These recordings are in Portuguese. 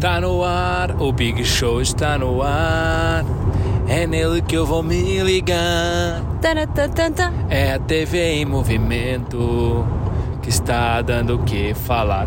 Está no ar, o Big Show está no ar. É nele que eu vou me ligar. É a TV em movimento que está dando o que falar.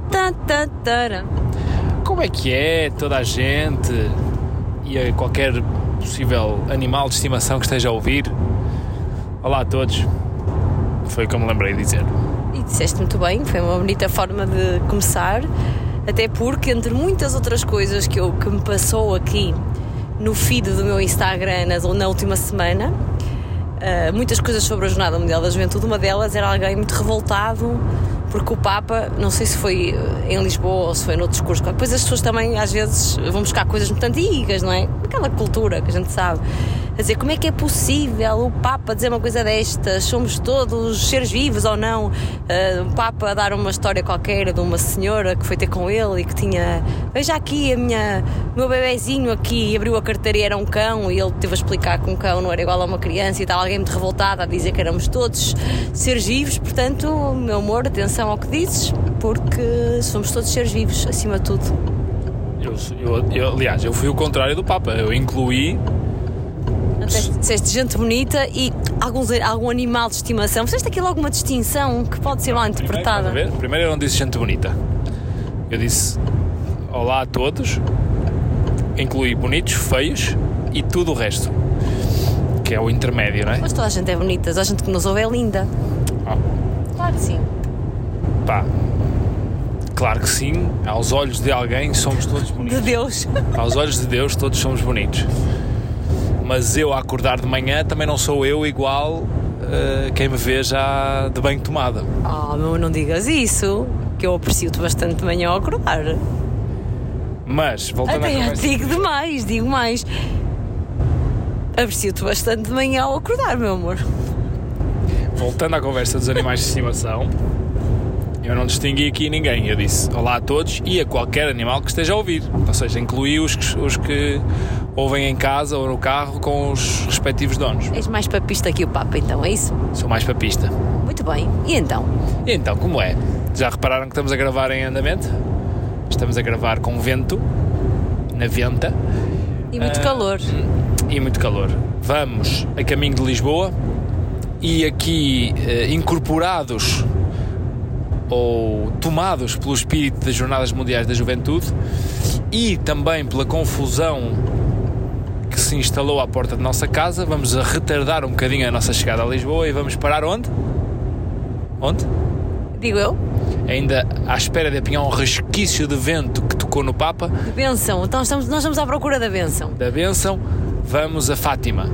Como é que é toda a gente e a qualquer possível animal de estimação que esteja a ouvir? Olá a todos. Foi o que eu me lembrei de dizer. E disseste muito bem, foi uma bonita forma de começar. Até porque, entre muitas outras coisas que me passou aqui no feed do meu Instagram na última semana, muitas coisas sobre a Jornada Mundial da Juventude. Uma delas era alguém muito revoltado porque o Papa, não sei se foi em Lisboa ou se foi noutro discurso, depois as pessoas também às vezes vão buscar coisas muito antigas, não é? Aquela cultura que a gente sabe. A dizer, como é que é possível o Papa dizer uma coisa destas? Somos todos seres vivos ou não? O Papa a dar uma história qualquer de uma senhora que foi ter com ele e que tinha, veja aqui o meu bebezinho aqui, e abriu a carteira e era um cão, e ele teve a explicar que um cão não era igual a uma criança e tal, alguém muito revoltado a dizer que éramos todos seres vivos. Portanto, meu amor, atenção ao que dizes, porque somos todos seres vivos, acima de tudo. Aliás, eu fui o contrário do Papa, eu incluí. Disseste gente bonita e algum animal de estimação. Fizeste aqui logo uma distinção que pode ser mal interpretada. Primeiro eu não disse gente bonita. Eu disse olá a todos, incluí bonitos, feios e tudo o resto, que é o intermédio, não é? Mas toda a gente é bonita, toda a gente que nos ouve é linda. Claro que sim. Pá, claro que sim. Aos olhos de alguém somos todos bonitos. De Deus. Aos olhos de Deus todos somos bonitos. Mas eu a acordar de manhã também não sou eu igual quem me vê já de banho tomada. Meu, não digas isso, que eu aprecio-te bastante de manhã ao acordar. Mas, voltando até à conversa... digo mais. Aprecio-te bastante de manhã ao acordar, meu amor. Voltando à conversa dos animais de estimação, eu não distingui aqui ninguém. Eu disse olá a todos e a qualquer animal que esteja a ouvir. Ou seja, incluí os que ouvem em casa ou no carro com os respectivos donos. És mais papista que o Papa, então, é isso? Sou mais papista. Muito bem. E então? E então, como é? Já repararam que estamos a gravar em andamento? Estamos a gravar com vento, na venta. E muito calor. E muito calor. Vamos a caminho de Lisboa e aqui incorporados ou tomados pelo espírito das Jornadas Mundiais da Juventude e também pela confusão que se instalou à porta de nossa casa, vamos a retardar um bocadinho a nossa chegada a Lisboa e vamos parar onde? Onde? Digo eu. Ainda à espera de apanhar um resquício de vento que tocou no Papa. De bênção. Então nós estamos à procura da bênção. Da bênção, vamos a Fátima.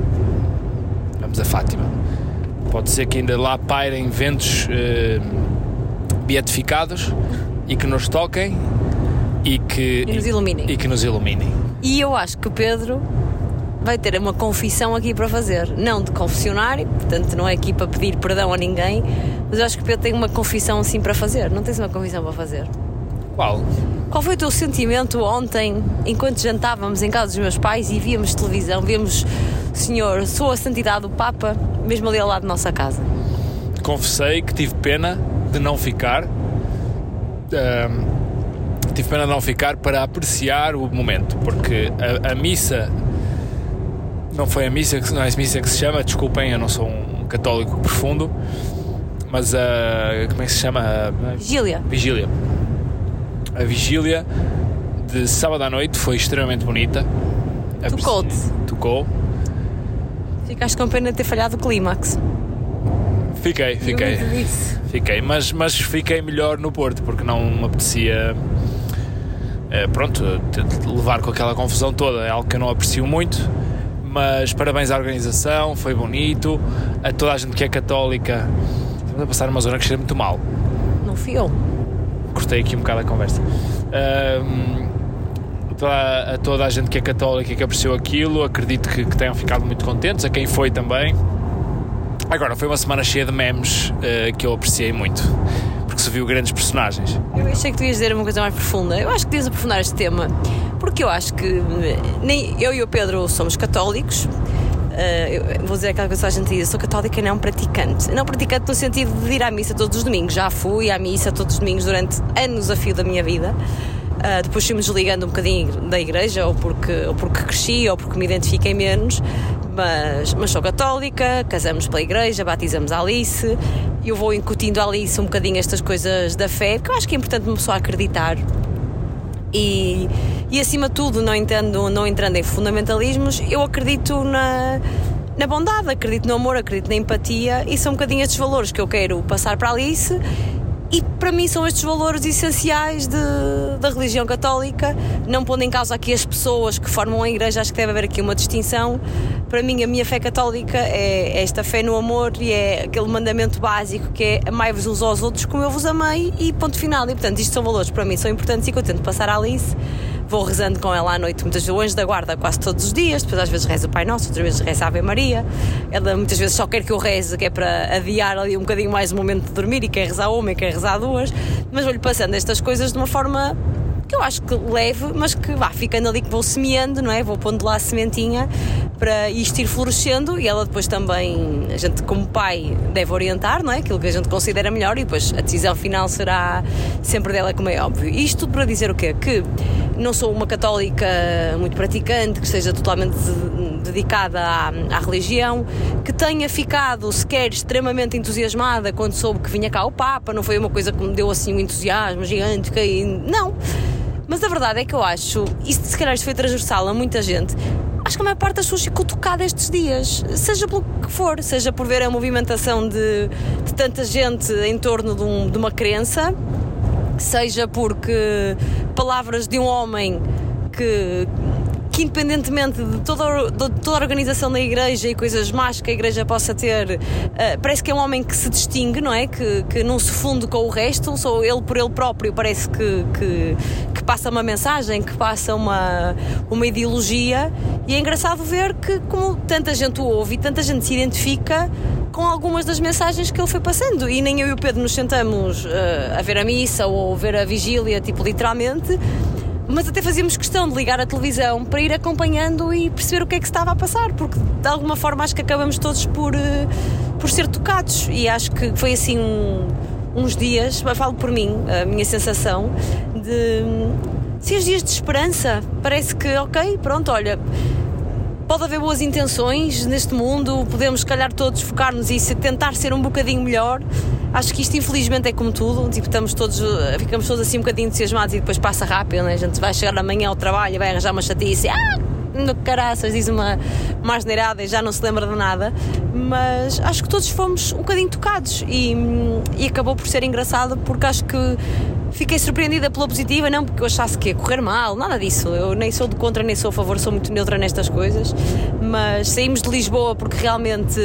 Pode ser que ainda lá pairem ventos beatificados e que nos toquem e que nos iluminem. E eu acho que o Pedro vai ter uma confissão aqui para fazer, não de confessionário, portanto não é aqui para pedir perdão a ninguém, mas eu acho que o Pedro tem uma confissão assim para fazer. Não tens uma confissão para fazer? Qual? Qual foi o teu sentimento ontem, enquanto jantávamos em casa dos meus pais e víamos televisão, víamos Senhor, sou a santidade do Papa, mesmo ali ao lado de nossa casa? Confessei que tive pena de não ficar para apreciar o momento, porque a missa não foi a missa, não é a missa que se chama, desculpem, eu não sou um católico profundo, mas como é que se chama? Vigília. A vigília de sábado à noite foi extremamente bonita. Tocou-te? Tocou. Ficaste com pena de ter falhado o clímax? Fiquei, mas fiquei melhor no Porto, porque não me apetecia levar com aquela confusão toda. É algo que eu não aprecio muito, mas parabéns à organização, foi bonito. A toda a gente que é católica, estamos a passar numa zona que cheira muito mal. Não fui eu. Cortei aqui um bocado a conversa. A toda a gente que é católica e que apreciou aquilo, acredito que tenham ficado muito contentes, a quem foi também. Agora, foi uma semana cheia de memes que eu apreciei muito, porque se viu grandes personagens. Eu achei que tu ias dizer uma coisa mais profunda. Eu acho que devias aprofundar este tema, porque eu acho que nem eu e o Pedro somos católicos. Vou dizer aquela coisa que a gente diz: sou católica e não praticante. Não praticante no sentido de ir à missa todos os domingos. Já fui à missa todos os domingos durante anos a fio da minha vida. Depois fui-me desligando um bocadinho da igreja, ou porque cresci, ou porque me identifiquei menos, mas sou católica, casamos pela igreja, batizamos a Alice, eu vou incutindo a Alice um bocadinho estas coisas da fé, porque eu acho que é importante uma pessoa acreditar. E acima de tudo, não entrando em fundamentalismos, eu acredito na bondade, acredito no amor, acredito na empatia, e são um bocadinho estes valores que eu quero passar para a Alice, e para mim são estes valores essenciais da religião católica, não pondo em causa aqui as pessoas que formam a igreja. Acho que deve haver aqui uma distinção. Para mim, a minha fé católica é esta fé no amor, e é aquele mandamento básico que é: amai-vos uns aos outros como eu vos amei, e ponto final. E portanto, isto são valores que para mim são importantes e que eu tento passar à Alice. Vou rezando com ela à noite, muitas vezes o anjo da guarda quase todos os dias, depois às vezes reza o Pai Nosso, outras vezes reza a Ave Maria. Ela muitas vezes só quer que eu reze, que é para adiar ali um bocadinho mais o momento de dormir, e quer rezar uma e quer rezar duas, mas vou-lhe passando estas coisas de uma forma que eu acho que leve, mas que vá ficando ali, que vou semeando, não é? Vou pondo lá a sementinha para isto ir florescendo, e ela depois também, a gente como pai deve orientar, não é? Aquilo que a gente considera melhor, e depois a decisão final será sempre dela, como é óbvio. E isto tudo para dizer o quê? Que não sou uma católica muito praticante, que esteja totalmente dedicada à religião, que tenha ficado sequer extremamente entusiasmada quando soube que vinha cá o Papa. Não foi uma coisa que me deu assim um entusiasmo gigante, não. Mas a verdade é que eu acho, isto se calhar isto foi transversal a muita gente, acho que a maior parte das pessoas ficou tocada estes dias, seja pelo que for, seja por ver a movimentação de tanta gente em torno de uma crença, seja porque palavras de um homem que independentemente de toda a organização da igreja e coisas más que a igreja possa ter, parece que é um homem que se distingue, não é? Que não se funde com o resto, só ele por ele próprio parece que passa uma mensagem, que passa uma ideologia, e é engraçado ver que como tanta gente o ouve e tanta gente se identifica com algumas das mensagens que ele foi passando, e nem eu e o Pedro nos sentamos a ver a missa ou ver a vigília, tipo literalmente, mas até fazíamos questão de ligar a televisão para ir acompanhando e perceber o que é que se estava a passar, porque de alguma forma acho que acabamos todos por ser tocados, e acho que foi assim uns dias, falo por mim, a minha sensação de se os dias de esperança, parece que ok, pronto, olha, pode haver boas intenções neste mundo, podemos se calhar todos focar-nos e tentar ser um bocadinho melhor. Acho que isto infelizmente é como tudo, tipo, ficamos todos assim um bocadinho entusiasmados e depois passa rápido, né? A gente vai chegar amanhã ao trabalho e vai arranjar uma chatice, no caraças, diz uma asneirada e já não se lembra de nada, mas acho que todos fomos um bocadinho tocados, e acabou por ser engraçado, porque acho que fiquei surpreendida pela positiva, não porque eu achasse que ia correr mal, nada disso, eu nem sou de contra nem sou a favor, sou muito neutra nestas coisas, mas saímos de Lisboa porque realmente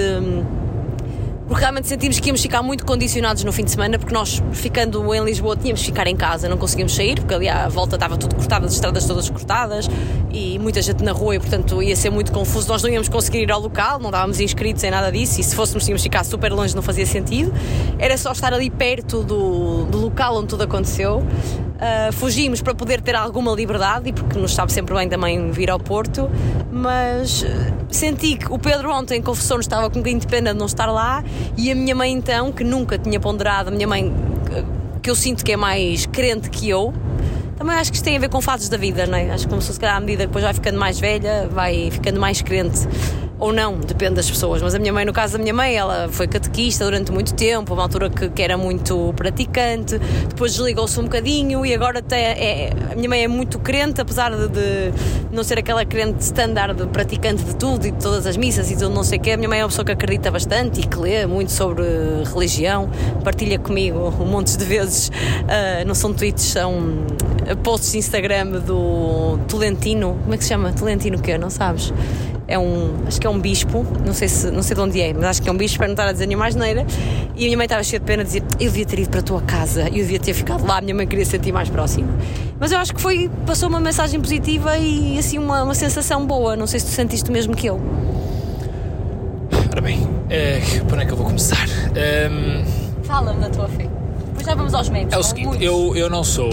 sentimos que íamos ficar muito condicionados no fim de semana, porque nós, ficando em Lisboa, tínhamos de ficar em casa, não conseguíamos sair, porque ali à volta estava tudo cortado, as estradas todas cortadas e muita gente na rua, e portanto ia ser muito confuso, nós não íamos conseguir ir ao local, não estávamos inscritos em nada disso, e se fôssemos tínhamos de ficar super longe, não fazia sentido, era só estar ali perto do local onde tudo aconteceu. Fugimos para poder ter alguma liberdade, e porque nos sabe sempre bem também vir ao Porto, mas senti que o Pedro ontem confessou-nos, estava com bocadinho de pena de não estar lá, e a minha mãe então, que nunca tinha ponderado, a minha mãe, que eu sinto que é mais crente que eu, também acho que isto tem a ver com fases da vida, não é? Acho que como se calhar à medida que depois vai ficando mais velha, vai ficando mais crente. Ou não, depende das pessoas, mas a minha mãe, no caso da minha mãe, ela foi catequista durante muito tempo, uma altura que era muito praticante, depois desligou-se um bocadinho, e agora a minha mãe é muito crente, apesar de não ser aquela crente standard, praticante de tudo e de todas as missas e tudo não sei o quê. A minha mãe é uma pessoa que acredita bastante e que lê muito sobre religião, partilha comigo um monte de vezes, não são tweets, são posts de Instagram do Tolentino, como é que se chama? Tolentino o quê? Não sabes? Acho que é um bispo, não sei de onde é, mas acho que é um bispo, para não estar a dizer nenhuma asneira, e a minha mãe estava cheia de pena a dizer, eu devia ter ido para a tua casa, eu devia ter ficado lá, a minha mãe queria sentir mais próxima, mas eu acho que passou uma mensagem positiva e assim uma sensação boa. Não sei se tu sentiste o mesmo que eu. Ora bem, por onde é que eu vou começar? Fala-me da tua fé, depois já vamos aos memes. É o seguinte, eu não sou...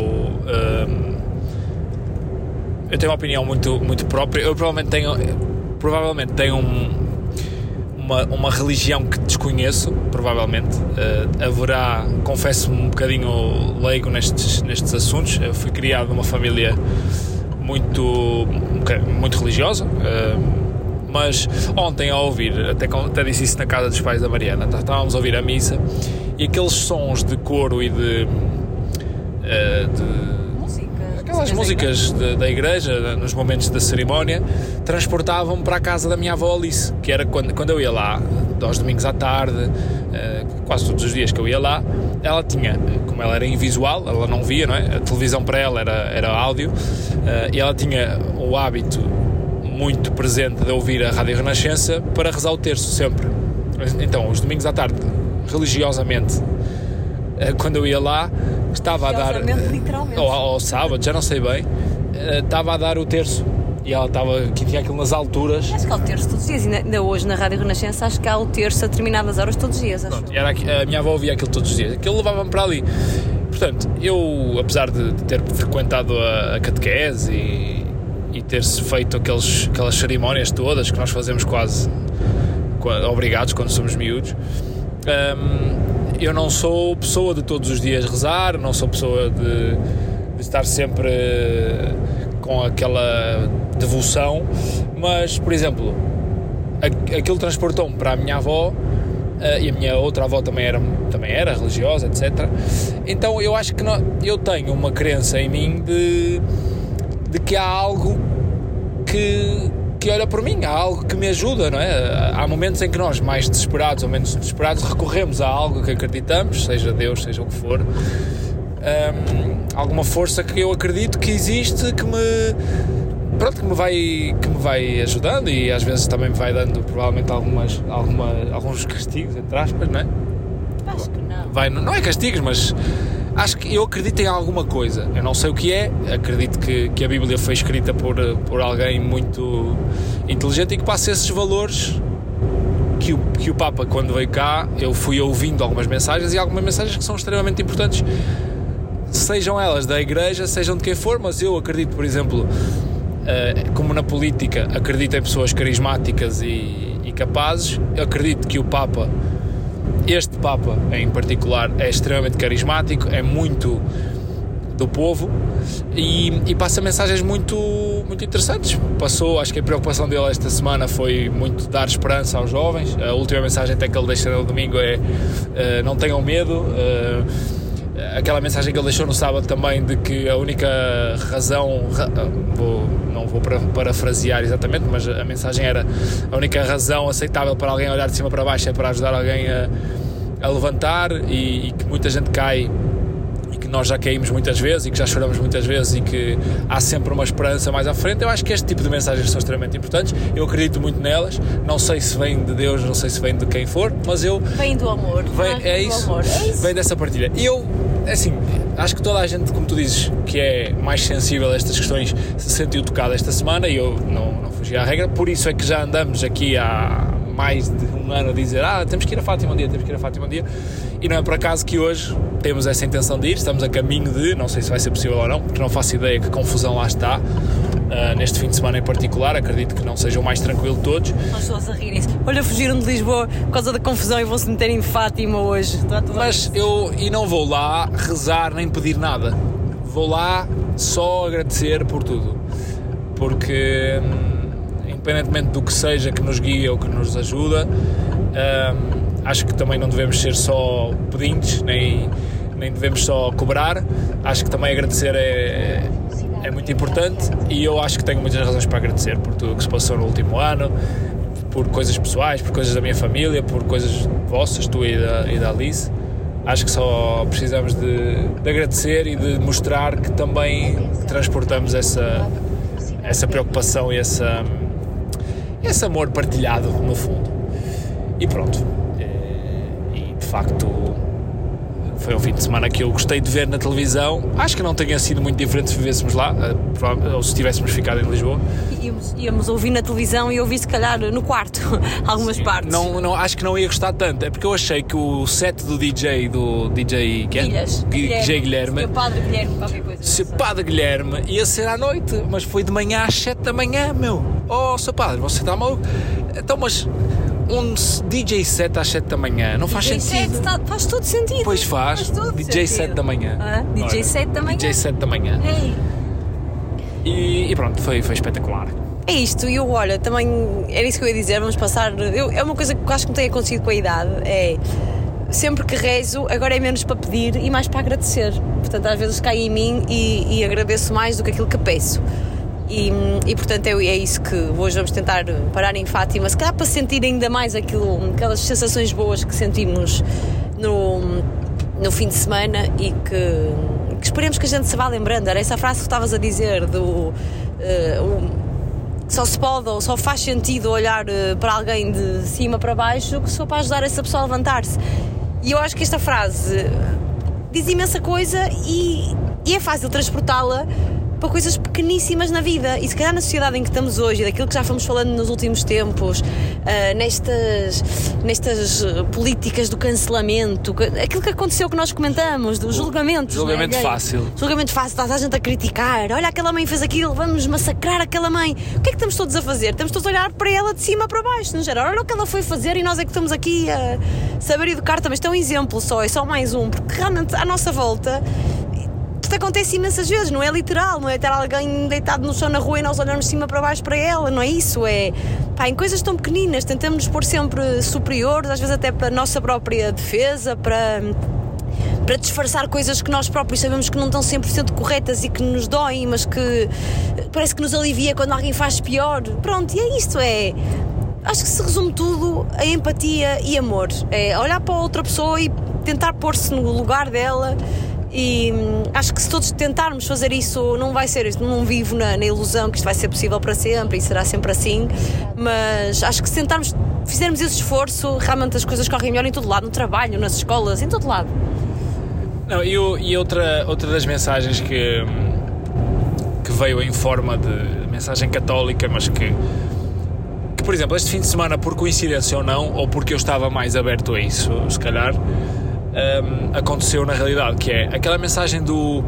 eu tenho uma opinião muito, muito própria. Eu provavelmente tenho uma religião que desconheço, provavelmente. Haverá, confesso-me um bocadinho leigo nestes assuntos. Eu fui criado numa família muito religiosa, mas ontem ao ouvir, até disse isso na casa dos pais da Mariana, estávamos a ouvir a missa e aqueles sons de coro e de aquelas músicas da igreja nos momentos da cerimónia transportavam-me para a casa da minha avó Alice, que era quando eu ia lá aos domingos à tarde, quase todos os dias que eu ia lá. Ela tinha, como ela era invisual, ela não via, não é? A televisão para ela era áudio, e ela tinha o hábito muito presente de ouvir a Rádio Renascença para rezar o terço sempre. Então os domingos à tarde, religiosamente, quando eu ia lá, estava a dar, literalmente, ou ao sábado, já não sei bem, estava a dar o terço e ela tinha aquilo nas alturas. Acho que há o terço todos os dias, ainda hoje na Rádio Renascença acho que há o terço a determinadas horas todos os dias. Pronto, a minha avó ouvia aquilo todos os dias, aquilo levava-me para ali. Portanto, eu, apesar de ter frequentado a catequese e ter-se feito aquelas cerimónias todas que nós fazemos quase obrigados quando somos miúdos, eu não sou pessoa de todos os dias rezar, não sou pessoa de estar sempre com aquela devoção, mas, por exemplo, aquilo transportou-me para a minha avó, e a minha outra avó também era religiosa, etc. Então eu acho que eu tenho uma crença em mim de que há algo que olha por mim, há algo que me ajuda, não é? Há momentos em que nós, mais desesperados ou menos desesperados, recorremos a algo que acreditamos, seja Deus, seja o que for, alguma força que eu acredito que existe, que me vai ajudando, e às vezes também me vai dando provavelmente alguns castigos, entre aspas, não é? Acho que não. Não é castigos, mas acho que eu acredito em alguma coisa. Eu não sei o que é, acredito que a Bíblia foi escrita por alguém muito inteligente e que passa esses valores que o Papa, quando veio cá, eu fui ouvindo algumas mensagens, e algumas mensagens que são extremamente importantes, sejam elas da Igreja, sejam de quem for, mas eu acredito, por exemplo, como na política, acredito em pessoas carismáticas e capazes. Eu acredito que o Papa, este Papa em particular, é extremamente carismático, é muito do povo e passa mensagens muito, muito interessantes. Acho que a preocupação dele esta semana foi muito dar esperança aos jovens. A última mensagem até que ele deixa no domingo é não tenham medo. Aquela mensagem que ele deixou no sábado também, de que a única razão, não vou parafrasear exatamente, mas a mensagem era: a única razão aceitável para alguém olhar de cima para baixo é para ajudar alguém a levantar, e que muita gente cai, e que nós já caímos muitas vezes e que já choramos muitas vezes, e que há sempre uma esperança mais à frente. Eu acho que este tipo de mensagens são extremamente importantes, eu acredito muito nelas. Não sei se vem de Deus, não sei se vem de quem for, mas vem do amor. É isso, vem dessa partilha. E eu, assim, acho que toda a gente, como tu dizes, que é mais sensível a estas questões, se sentiu tocada esta semana, e eu não fugi à regra. Por isso é que já andamos aqui há mais de um ano a dizer: temos que ir a Fátima um dia, e não é por acaso que hoje temos essa intenção de ir. Estamos a caminho não sei se vai ser possível ou não, porque não faço ideia que confusão lá está, neste fim de semana em particular. Acredito que não seja o mais tranquilo de todos. As pessoas a rirem-se: olha, fugiram de Lisboa por causa da confusão e vão-se meter em Fátima hoje. Mas eu não vou lá rezar nem pedir nada, vou lá só agradecer por tudo, porque independentemente do que seja que nos guia ou que nos ajuda, acho que também não devemos ser só pedintes, nem devemos só cobrar. Acho que também agradecer é muito importante, e eu acho que tenho muitas razões para agradecer por tudo o que se passou no último ano, por coisas pessoais, por coisas da minha família, por coisas vossas, tu e da Alice. Acho que só precisamos de agradecer e de mostrar que também transportamos essa preocupação e esse amor partilhado, no fundo. E pronto. E de facto foi um fim de semana que eu gostei de ver na televisão. Acho que não tenha sido muito diferente se vivêssemos lá, ou se tivéssemos ficado em Lisboa. Íamos ouvir na televisão e ouvir, se calhar, no quarto, algumas partes. Não, acho que não ia gostar tanto. É porque eu achei que o set do DJ Guilherme, o Padre Guilherme, qualquer coisa. Se o Padre Guilherme ia ser à noite, mas foi de manhã às 7 da manhã, meu. Oh, seu Padre, você está maluco? Então, mas um DJ set às 7 da manhã, não faz sentido. Faz todo sentido. Pois faz DJ 7 da manhã. DJ 7 da manhã. DJ 7 da manhã. E pronto, foi espetacular. É isto, e eu, olha, também era isso que eu ia dizer, vamos passar. É uma coisa que acho que me tem acontecido com a idade, é sempre que rezo, agora é menos para pedir e mais para agradecer. Portanto, às vezes cai em mim e agradeço mais do que aquilo que peço. E portanto é isso que hoje vamos tentar parar em Fátima, se calhar para sentir ainda mais aquelas sensações boas que sentimos no fim de semana e que esperemos que a gente se vá lembrando. Era essa frase que estavas a dizer só se pode ou só faz sentido olhar para alguém de cima para baixo que só para ajudar essa pessoa a levantar-se. E eu acho que esta frase diz imensa coisa e é fácil transportá-la para coisas pequeníssimas na vida. E se calhar na sociedade em que estamos hoje, daquilo que já fomos falando nos últimos tempos, nestas políticas do cancelamento, aquilo que aconteceu que nós comentamos, dos julgamentos. Julgamento fácil. Julgamento fácil, está a gente a criticar. Olha, aquela mãe fez aquilo, vamos massacrar aquela mãe. O que é que estamos todos a fazer? Estamos todos a olhar para ela de cima para baixo, no geral. Olha o que ela foi fazer e nós é que estamos aqui a saber educar também. Isto é um exemplo só, é só mais um, porque realmente à nossa volta isto acontece imensas vezes, não é literal, não é ter alguém deitado no chão na rua e nós olharmos de cima para baixo para ela, não é isso, é em coisas tão pequeninas, tentamos nos pôr sempre superiores, às vezes até para a nossa própria defesa, para disfarçar coisas que nós próprios sabemos que não estão 100% corretas e que nos doem, mas que parece que nos alivia quando alguém faz pior. Pronto, e é isto, acho que se resume tudo a empatia e amor, é olhar para outra pessoa e tentar pôr-se no lugar dela. E acho que se todos tentarmos fazer isso, não vai ser isto, não vivo na ilusão que isto vai ser possível para sempre e será sempre assim, mas acho que se fizermos esse esforço, realmente as coisas correm melhor em todo lado, no trabalho, nas escolas, em todo lado. Não, e outra das mensagens que veio em forma de mensagem católica, mas que por exemplo, este fim de semana, por coincidência ou não, ou porque eu estava mais aberto a isso, se calhar, aconteceu na realidade, que é aquela mensagem do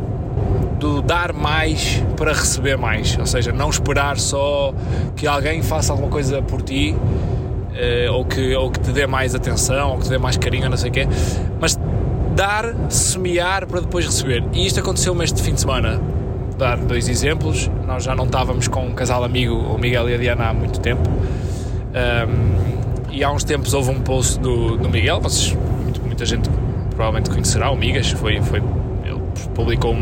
dar mais para receber mais, ou seja, não esperar só que alguém faça alguma coisa por ti, ou que te dê mais atenção, ou que te dê mais carinho, não sei o quê, mas dar, semear para depois receber. E isto aconteceu-me este fim de semana. Dar 2 exemplos. Nós já não estávamos com um casal amigo, o Miguel e a Diana, há muito tempo, e há uns tempos houve um post do Miguel, muita gente provavelmente conhecerá, o Migas, ele publicou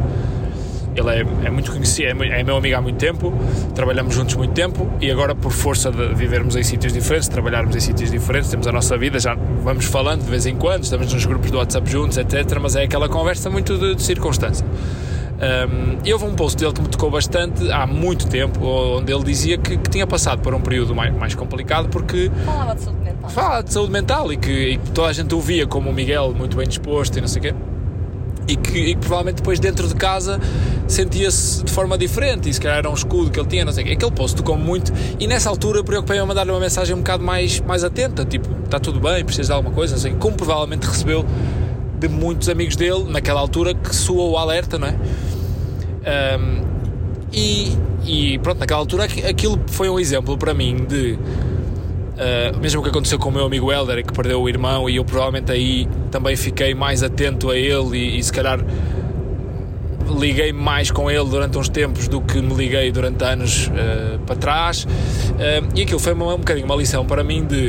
ele é muito conhecido, é meu amigo há muito tempo, trabalhamos juntos muito tempo e agora, por força de vivermos em sítios diferentes, trabalharmos em sítios diferentes, temos a nossa vida, já vamos falando de vez em quando, estamos nos grupos do WhatsApp juntos, etc, mas é aquela conversa muito de circunstância. E houve um post dele que me tocou bastante há muito tempo, onde ele dizia que tinha passado por um período mais complicado, porque fala de saúde mental e que toda a gente o via como o Miguel muito bem disposto e não sei o quê, e que provavelmente depois dentro de casa sentia-se de forma diferente, e se calhar era um escudo que ele tinha, não sei o quê. Aquele post tocou muito e nessa altura preocupei-me a mandar-lhe uma mensagem um bocado mais atenta, tipo, está tudo bem, precisas de alguma coisa, não sei, como provavelmente recebeu de muitos amigos dele naquela altura, que soou o alerta, não é? E pronto, naquela altura aquilo foi um exemplo para mim de mesmo o que aconteceu com o meu amigo Helder, que perdeu o irmão, e eu provavelmente aí também fiquei mais atento a ele e se calhar liguei mais com ele durante uns tempos do que me liguei durante anos para trás, e aquilo foi um bocadinho uma lição para mim de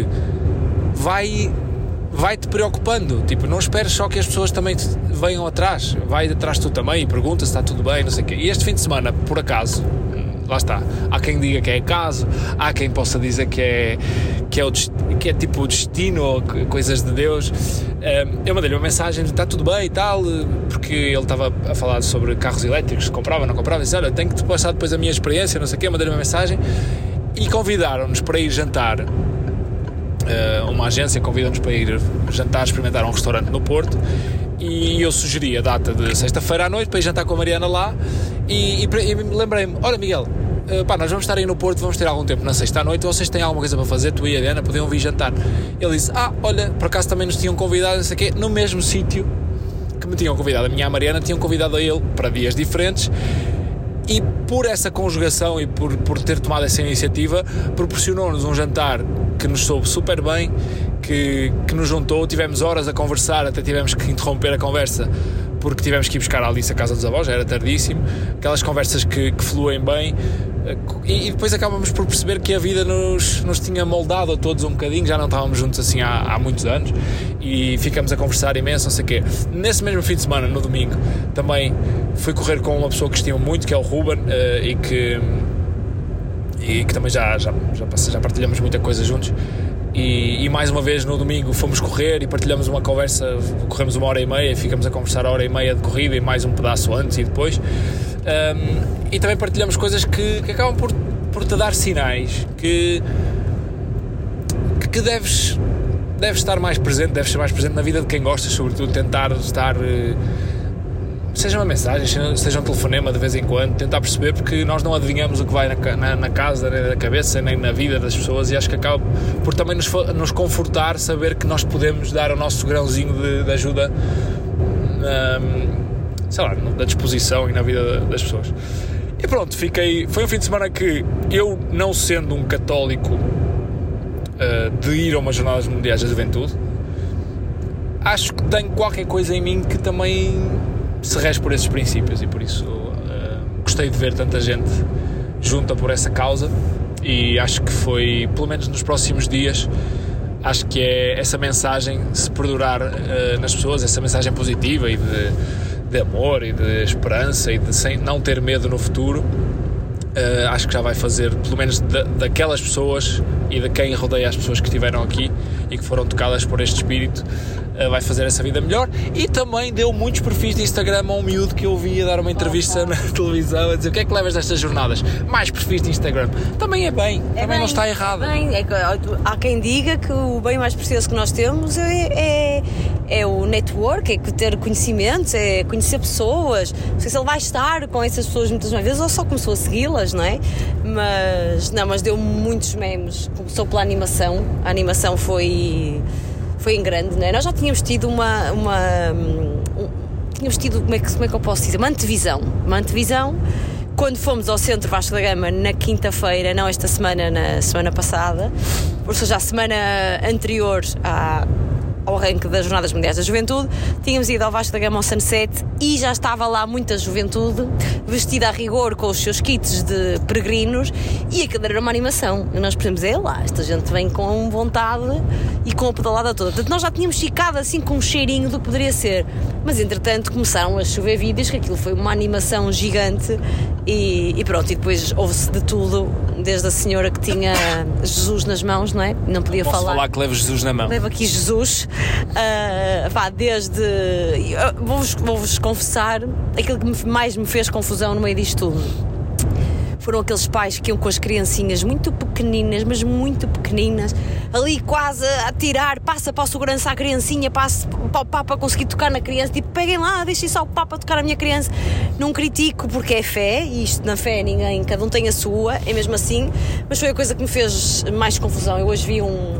vai-te preocupando, tipo, não esperes só que as pessoas também venham atrás, vai atrás tu também e pergunta se está tudo bem, não sei o quê. E este fim de semana, por acaso, lá está, há quem diga que é acaso, há quem possa dizer que é tipo o destino ou coisas de Deus. Eu mandei-lhe uma mensagem de está tudo bem e tal, porque ele estava a falar sobre carros elétricos, se comprava, não comprava, e disse, olha, tenho que te passar depois a minha experiência, não sei o quê. Mandei-lhe uma mensagem e convidaram-nos para ir jantar. Uma agência convida-nos para ir jantar, experimentar um restaurante no Porto, e eu sugeri a data de sexta-feira à noite para ir jantar com a Mariana lá, e lembrei-me, olha Miguel, nós vamos estar aí no Porto, vamos ter algum tempo na sexta à noite, vocês têm alguma coisa para fazer, tu e a Diana podiam vir jantar. Ele disse, olha, por acaso também nos tinham convidado, não sei o quê, no mesmo sítio que me tinham convidado a minha e a Mariana, tinham convidado a ele para dias diferentes, E por essa conjugação e por ter tomado essa iniciativa, proporcionou-nos um jantar que nos soube super bem, que nos juntou, tivemos horas a conversar, até tivemos que interromper a conversa porque tivemos que ir buscar a Alice à casa dos avós, já era tardíssimo, aquelas conversas que fluem bem, e depois acabamos por perceber que a vida nos tinha moldado a todos um bocadinho, já não estávamos juntos assim há muitos anos, e ficamos a conversar imenso, não sei o quê. Nesse mesmo fim de semana, no domingo, também fui correr com uma pessoa que estimo muito, que é o Ruben, e que também já partilhamos muita coisa juntos. E mais uma vez no domingo fomos correr e partilhamos uma conversa, corremos 1h30 e ficamos a conversar 1h30 de corrida e mais um pedaço antes e depois, e também partilhamos coisas que acabam por te dar sinais que deves estar mais presente, deves ser mais presente na vida de quem gostas, sobretudo tentar estar, seja uma mensagem, seja um telefonema de vez em quando, tentar perceber, porque nós não adivinhamos o que vai na casa, nem na cabeça, nem na vida das pessoas, e acho que acaba por também nos confortar saber que nós podemos dar o nosso grãozinho de ajuda, sei lá, da disposição e na vida das pessoas. E pronto, foi um fim de semana que eu, não sendo um católico de ir a umas Jornadas Mundiais da Juventude, acho que tenho qualquer coisa em mim que também se rege por esses princípios, e por isso gostei de ver tanta gente junta por essa causa, e acho que foi, pelo menos nos próximos dias, acho que é essa mensagem se perdurar nas pessoas, essa mensagem positiva e de amor e de esperança e de não ter medo no futuro, acho que já vai fazer, pelo menos daquelas pessoas e de quem rodeia as pessoas que estiveram aqui e que foram tocadas por este espírito, vai fazer essa vida melhor. E também deu muitos perfis de Instagram a um miúdo que eu vi a dar uma entrevista na televisão a dizer: o que é que levas destas jornadas? Mais perfis de Instagram. Também é bem, também bem, não está errado. Há quem diga que o bem mais precioso que nós temos é o network, é ter conhecimentos, é conhecer pessoas. Não sei se ele vai estar com essas pessoas muitas vezes ou só começou a segui-las, não é? Mas deu muitos memes. Começou pela animação. A animação foi em grande, não é? Nós já tínhamos tido como é que eu posso dizer, uma antevisão quando fomos ao Centro Vasco da Gama na quinta-feira, não esta semana, na semana passada, ou seja, a semana anterior ao arranque das Jornadas Mundiais da Juventude. Tínhamos ido ao Vasco da Gama ao Sunset e já estava lá muita juventude vestida a rigor com os seus kits de peregrinos, e aquilo era uma animação, e nós podemos dizer: lá, esta gente vem com vontade e com a pedalada toda. Portanto, nós já tínhamos ficado assim com um cheirinho do que poderia ser, mas entretanto começaram a chover vídeos que aquilo foi uma animação gigante, e pronto, e depois houve-se de tudo, desde a senhora que tinha Jesus nas mãos, não é? Não podia falar. Posso falar que levo Jesus na mão? Levo aqui Jesus. Vou-vos confessar, aquilo que mais me fez confusão no meio disto tudo foram aqueles pais que iam com as criancinhas muito pequeninas, mas muito pequeninas, ali quase a tirar, passa para o segurança a criancinha, passa para o Papa conseguir tocar na criança, tipo, peguem lá, deixem só o Papa tocar a minha criança. Não critico, porque é fé, e isto na fé cada um tem a sua, é mesmo assim, mas foi a coisa que me fez mais confusão. Eu hoje vi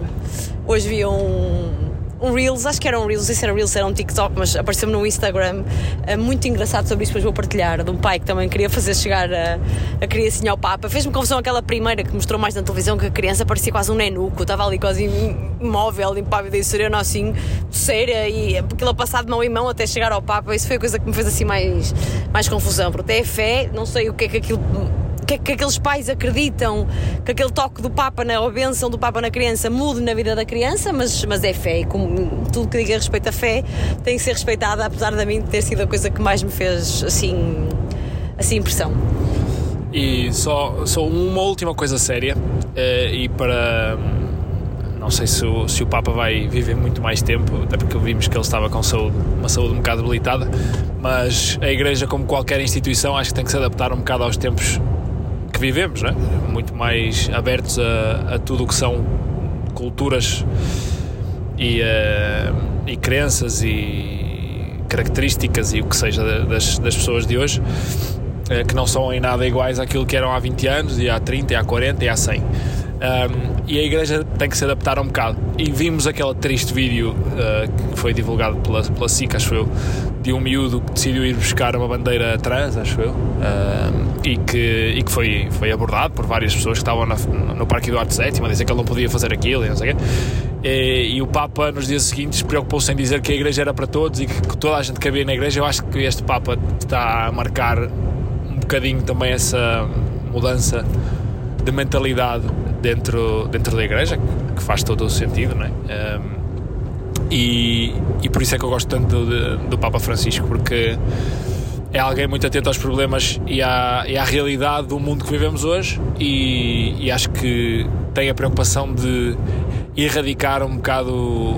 um Reels, acho que era um Reels, não sei se era Reels, era um TikTok, mas apareceu-me no Instagram, muito engraçado sobre isso, depois vou partilhar, de um pai que também queria fazer chegar a criancinha ao Papa. Fez-me confusão aquela primeira que mostrou mais na televisão, que a criança parecia quase um nenuco, estava ali quase imóvel, impávida e serena, assim, séria, e aquilo a passar de mão em mão até chegar ao Papa. Isso foi a coisa que me fez assim mais confusão, porque é fé, não sei o que é que aquilo... que aqueles pais acreditam que aquele toque do Papa, a bênção do Papa na criança mude na vida da criança, mas é fé, e como tudo que diga respeito à fé tem que ser respeitada, apesar de mim ter sido a coisa que mais me fez assim impressão. E só uma última coisa séria, e para... não sei se o Papa vai viver muito mais tempo, até porque vimos que ele estava com uma saúde um bocado debilitada, mas a Igreja, como qualquer instituição, acho que tem que se adaptar um bocado aos tempos que vivemos, não é? Muito mais abertos a tudo o que são culturas e crenças e características e o que seja das pessoas de hoje, que não são em nada iguais àquilo que eram há 20 anos, e há 30, e há 40, e há 100. e a igreja tem que se adaptar um bocado. E vimos aquele triste vídeo que foi divulgado pela SIC, acho eu, de um miúdo que decidiu ir buscar uma bandeira trans, acho eu, e que foi abordado por várias pessoas que estavam no Parque Eduardo VII a dizer que ele não podia fazer aquilo e não sei o quê. E o Papa nos dias seguintes preocupou-se em dizer que a igreja era para todos e que toda a gente cabia na igreja. Eu acho que este Papa está a marcar um bocadinho também essa mudança de mentalidade dentro da igreja, que faz todo o sentido, não é? E por isso é que eu gosto tanto do Papa Francisco, porque é alguém muito atento aos problemas e à realidade do mundo que vivemos hoje, e acho que tem a preocupação de erradicar um bocado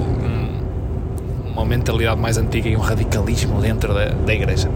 uma mentalidade mais antiga e um radicalismo dentro da igreja.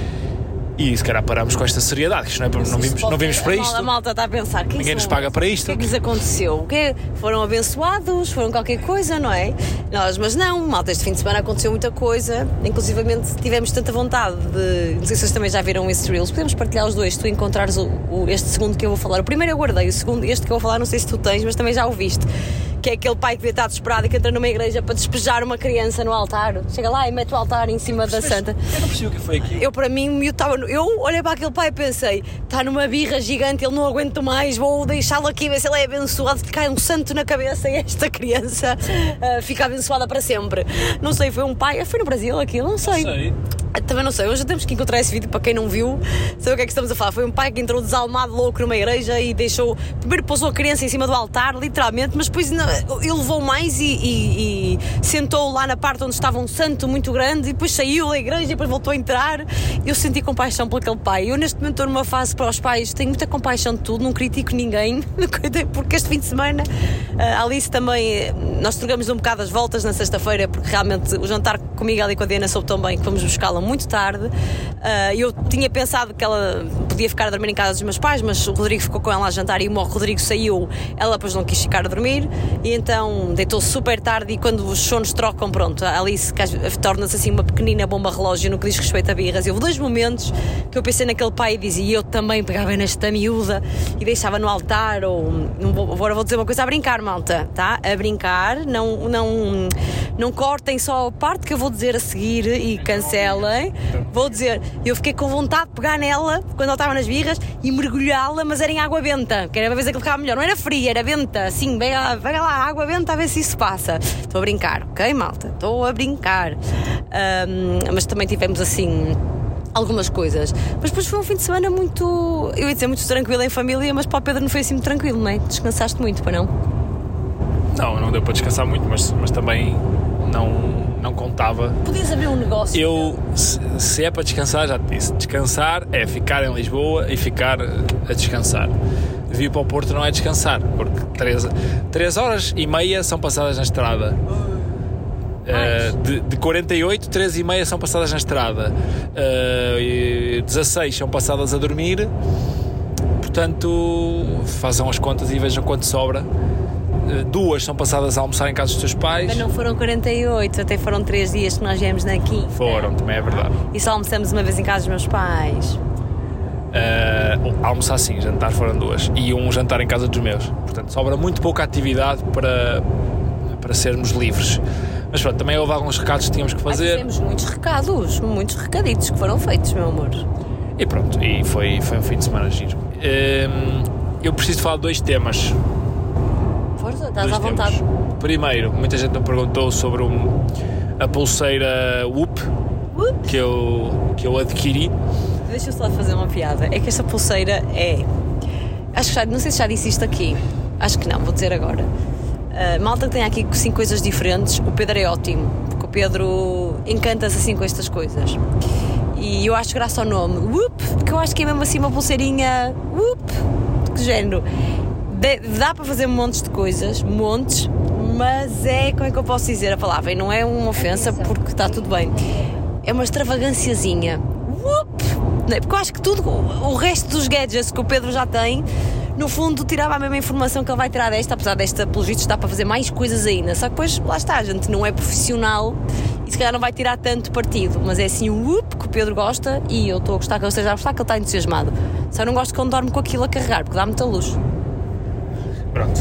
E se calhar paramos com esta seriedade, isto não vimos para isto. A malta está a pensar, ninguém nos paga para isto. O que é que lhes aconteceu? Foram abençoados? Foram qualquer coisa, não é? Mas não, malta, este fim de semana aconteceu muita coisa, inclusivamente tivemos tanta vontade de, não sei se vocês também já viram esses reels, podemos partilhar os dois, se tu encontrares este segundo que eu vou falar. O primeiro eu guardei, o segundo, este que eu vou falar, não sei se tu tens, mas também já o viste. Que é aquele pai que devia estar desesperado e que entra numa igreja para despejar uma criança no altar. Chega lá e mete o altar em cima da santa. Eu não percebi o que foi aqui. Eu olhei para aquele pai e pensei, está numa birra gigante, ele não aguenta mais, vou deixá-lo aqui, ver se ele é abençoado, que cai um santo na cabeça e esta criança fica abençoada para sempre. Não sei, foi um pai, foi no Brasil aquilo, não sei. Também não sei, hoje temos que encontrar esse vídeo para quem não viu, sabe o que é que estamos a falar. Foi um pai que entrou desalmado, louco numa igreja e primeiro pousou a criança em cima do altar, literalmente, mas depois ele levou mais e sentou lá na parte onde estava um santo muito grande e depois saiu da igreja e depois voltou a entrar. Eu senti compaixão por aquele pai. Eu neste momento estou numa fase para os pais, tenho muita compaixão de tudo, não critico ninguém, porque este fim de semana a Alice também, nós trocamos um bocado as voltas na sexta-feira, porque realmente o jantar comigo ali com a Diana soube tão bem que fomos buscá-la muito tarde. Eu tinha pensado que ela podia ficar a dormir em casa dos meus pais, mas o Rodrigo ficou com ela a jantar e o Rodrigo saiu, ela depois não quis ficar a dormir e então deitou-se super tarde. E quando os sonos trocam, pronto, a Alice torna-se assim uma pequenina bomba relógio no que diz respeito a birras. Houve 2 momentos que eu pensei naquele pai e dizia, eu também pegava nesta miúda e deixava no altar, ou agora vou dizer uma coisa a brincar, malta, tá? A brincar, não cortem só a parte que eu vou dizer a seguir e cancelem. Vou dizer, eu fiquei com vontade de pegar nela quando ela estava nas birras e mergulhá-la, mas era em água benta, que era para ver se aquilo ficava melhor. Não era fria, era benta, assim, pega lá água benta a ver se isso passa. Estou a brincar, ok, malta? Estou a brincar. Mas também tivemos assim algumas coisas. Mas depois foi um fim de semana muito, eu ia dizer muito tranquilo em família, mas para o Pedro não foi assim muito tranquilo, não é? Descansaste muito, para não? Não deu para descansar muito, mas também não contava. Podias abrir um negócio. Se é para descansar, já te disse, descansar é ficar em Lisboa e ficar a descansar. Vir para o Porto não é descansar, porque 3h30 são passadas na estrada. De 48, 13h30 são passadas na estrada, 16 são passadas a dormir. Portanto, façam as contas e vejam quanto sobra. 2 são passadas a almoçar em casa dos teus pais. Mas não foram 48, até foram 3 dias que nós viemos na quinta. Foram, também é verdade. E só almoçamos uma vez em casa dos meus pais. Almoçar sim, jantar foram 2 e um jantar em casa dos meus. Portanto, sobra muito pouca atividade para sermos livres. Mas pronto, também houve alguns recados que tínhamos que fazer. Temos muitos recados, muitos recaditos que foram feitos, meu amor. E pronto, e foi um fim de semana giro. Eu preciso falar de 2 temas. Força, estás à vontade. Primeiro, muita gente me perguntou sobre a pulseira Whoop que eu adquiri. Deixa eu só fazer uma piada. É que esta pulseira acho que não sei se já disse isto aqui. Acho que não, vou dizer agora. Malta que tem aqui 5 coisas diferentes. O Pedro é ótimo, porque o Pedro encanta-se assim com estas coisas. E eu acho graça ao nome Whoop, porque eu acho que é mesmo assim uma pulseirinha Whoop, de género. Dá para fazer montes de coisas, mas como é que eu posso dizer a palavra? E não é uma ofensa, porque está tudo bem. É uma extravaganciazinha. Porque eu acho que tudo, o resto dos gadgets que o Pedro já tem, no fundo tirava a mesma informação que ele vai tirar desta, apesar desta, pelos vistos, dá para fazer mais coisas ainda. Só que depois, lá está, a gente não é profissional e se calhar não vai tirar tanto partido. Mas é assim o que o Pedro gosta e eu estou a gostar que ele esteja a gostar, que ele está entusiasmado. Só não gosto quando dorme com aquilo a carregar, porque dá muita luz. Pronto,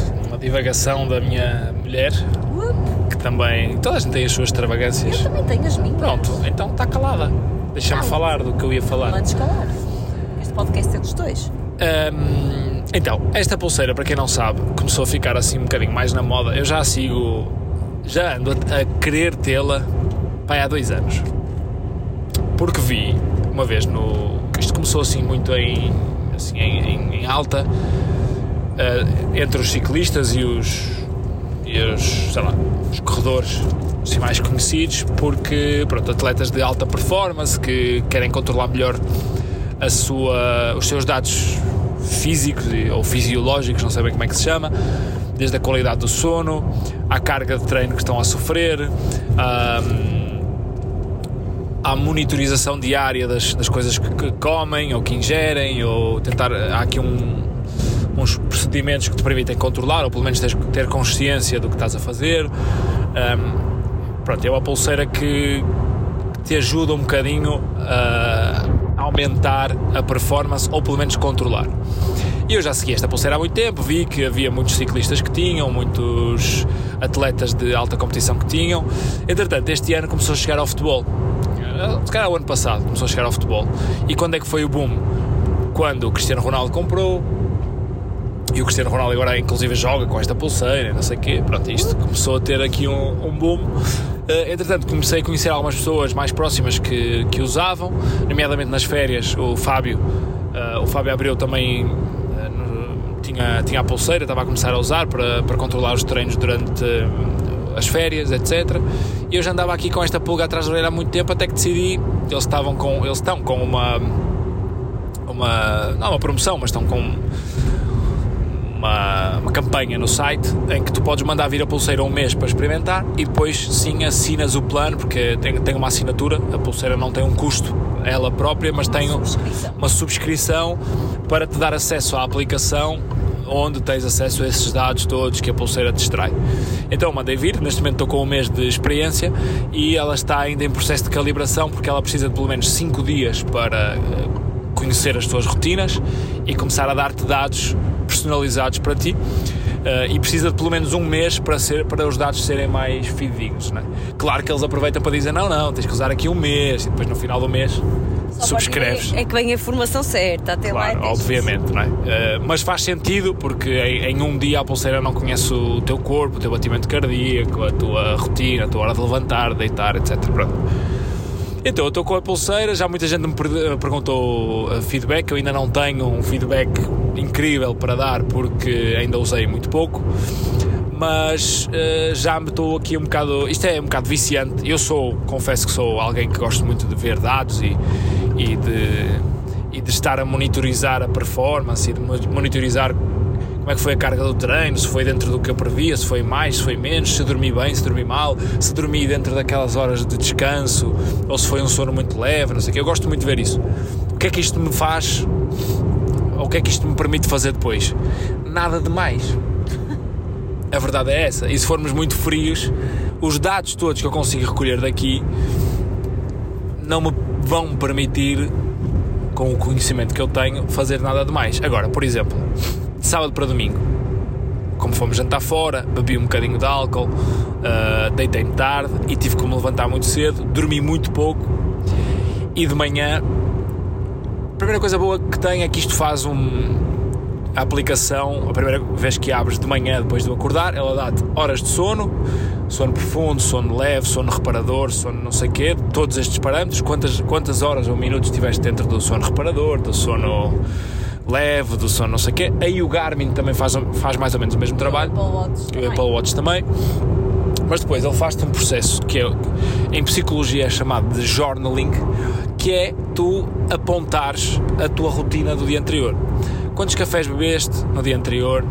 divagação da minha mulher, que também, toda a gente tem as suas extravagâncias. Eu também tenho as minhas. Pronto, então está calada. Deixa-me falar do que eu ia falar. Não andes calar. Este podcast é dos dois. Então, esta pulseira, para quem não sabe, começou a ficar assim um bocadinho mais na moda. Eu já ando a querer tê-la há 2 anos. Porque vi, uma vez, isto começou assim muito em alta, entre os ciclistas e os sei lá, os corredores assim, mais conhecidos, porque, pronto, atletas de alta performance que querem controlar melhor os seus dados físicos ou fisiológicos, não sei bem como é que se chama, desde a qualidade do sono, à carga de treino que estão a sofrer, à monitorização diária das coisas que comem ou que ingerem, ou há aqui uns procedimentos que te permitem controlar, ou pelo menos ter consciência do que estás a fazer. Pronto, é uma pulseira que te ajuda um bocadinho a aumentar a performance, ou pelo menos controlar. E eu já segui esta pulseira há muito tempo, vi que havia muitos ciclistas que tinham, muitos atletas de alta competição que tinham. Entretanto, este ano começou a chegar ao futebol. Se calhar o ano passado começou a chegar ao futebol. E quando é que foi o boom? Quando o Cristiano Ronaldo comprou, e o Cristiano Ronaldo agora inclusive joga com esta pulseira, não sei o quê. Pronto, isto começou a ter aqui um boom. Entretanto, comecei a conhecer algumas pessoas mais próximas que usavam, nomeadamente nas férias. O Fábio Abreu também tinha a pulseira, estava a começar a usar para controlar os treinos durante as férias, etc. E eu já andava aqui com esta pulga atrás da orelha há muito tempo, até que decidi. Eles estão com uma não uma promoção, mas estão com uma campanha no site em que tu podes mandar vir a pulseira um mês para experimentar e depois sim assinas o plano, porque tem uma assinatura. A pulseira não tem um custo ela própria, mas tem uma subscrição para te dar acesso à aplicação, onde tens acesso a esses dados todos que a pulseira te extrai. Então mandei vir, neste momento estou com 1 mês de experiência e ela está ainda em processo de calibração, porque ela precisa de pelo menos 5 dias para conhecer as tuas rotinas e começar a dar-te dados personalizados para ti, e precisa de pelo menos 1 mês para os dados serem mais fidedignos, não é? Claro que eles aproveitam para dizer não, tens que usar aqui 1 mês, e depois no final do mês subscreves. É que vem a informação certa, até claro, lá obviamente, não é? Mas faz sentido, porque em um dia a pulseira não conhece o teu corpo, o teu batimento cardíaco, a tua rotina, a tua hora de levantar, deitar, etc. Pronto. Então eu estou com a pulseira, já muita gente me perguntou feedback, eu ainda não tenho um feedback incrível para dar, porque ainda usei muito pouco, mas já me estou aqui um bocado, isto é um bocado viciante. Eu confesso que sou alguém que gosto muito de ver dados e de estar a monitorizar a performance e de monitorizar como é que foi a carga do treino, se foi dentro do que eu previa, se foi mais, se foi menos, se dormi bem, se dormi mal, se dormi dentro daquelas horas de descanso, ou se foi um sono muito leve, não sei o que. Eu gosto muito de ver isso. O que é que isto me faz, ou o que é que isto me permite fazer depois? Nada de mais. A verdade é essa. E se formos muito frios, os dados todos que eu consigo recolher daqui não me vão permitir, com o conhecimento que eu tenho, fazer nada de mais. Agora, por exemplo, de sábado para domingo, como fomos jantar fora, bebi um bocadinho de álcool, deitei-me tarde e tive que me levantar muito cedo, dormi muito pouco, e de manhã a primeira coisa boa que tem é que isto faz a aplicação, a primeira vez que abres de manhã depois de eu acordar, ela dá-te horas de sono profundo, sono leve, sono reparador, sono não sei o quê, todos estes parâmetros, quantas horas ou minutos estiveste dentro do sono reparador, do sono leve, do sono não sei o quê. Aí o Garmin também faz mais ou menos o mesmo trabalho, o Apple Watch também. Mas depois ele faz-te um processo que em psicologia é chamado de journaling, que é tu apontares a tua rotina do dia anterior. Quantos cafés bebeste no dia anterior,